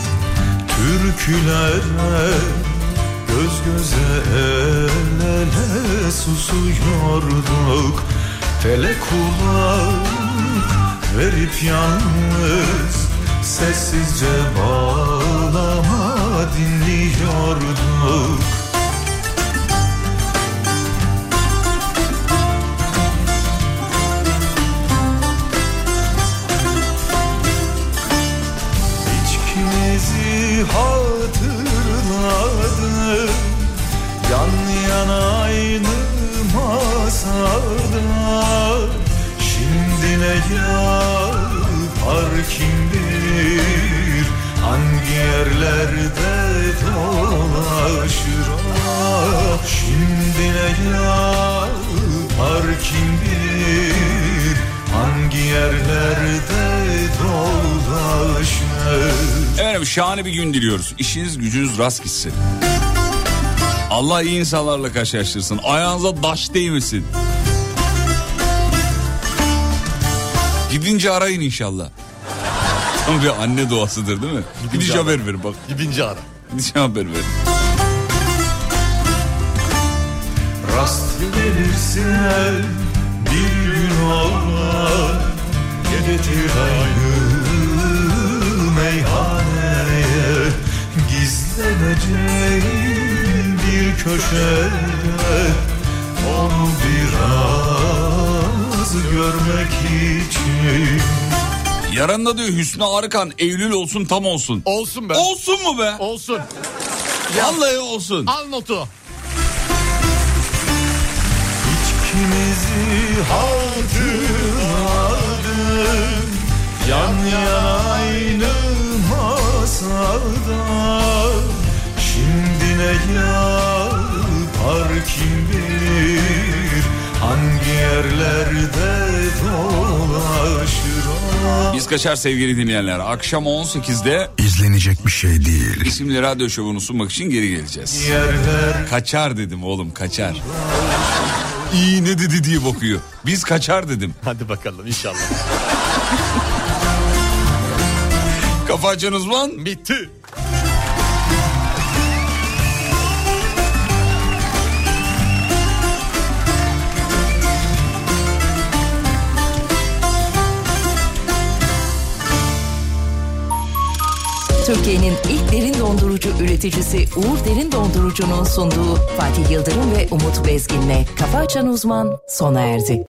türkülere, göz göze el ele susuyorduk. Tele kulak verip yalnız sessizce bağlama dinliyorduk. İçkimizi hatırladım, yan yana aynı masada. Şimdi ne yapar kim bilir, hangi yerlerde dolaşır. Şimdi ne yapar kim bilir, hangi yerlerde dolaşır. Efendim, şahane bir gün diliyoruz. İşiniz gücünüz rast gitsin. Allah iyi insanlarla karşılaştırsın. Ayağınıza taş değmesin. Gidince arayın inşallah. Tam bir anne duasıdır değil mi? Gidince haber verin bak. Gidince ara. Gidince haber verin. Rast gelirse bir gün ağlar, getir aynı meyhaneye. Gizleneceğim bir köşede onu biraz görmek için. Yarın diyor Hüsnü Arıkan Eylül olsun tam olsun. Olsun be. Olsun mu be? Olsun. Vallahi olsun. Al notu. İkimizi hatırladım, yan yana aynı masada. Şimdi ne yapar kim bilir, hangi yerlerde dolaşır. Biz kaçar sevgili dinleyenler. Akşam 18'de İzlenecek bir şey değil. isimli radyo şovunu sunmak için geri geleceğiz. Yerler Kaçar dedim oğlum, kaçar. İyi ne dedi diye bakıyor. Biz kaçar dedim. Hadi bakalım inşallah. Kafa Açan Uzman Bitti. Türkiye'nin ilk derin dondurucu üreticisi Uğur Derin Dondurucu'nun sunduğu Fatih Yıldırım ve Umut Bezgin'le Kafa Açan Uzman sona erdi.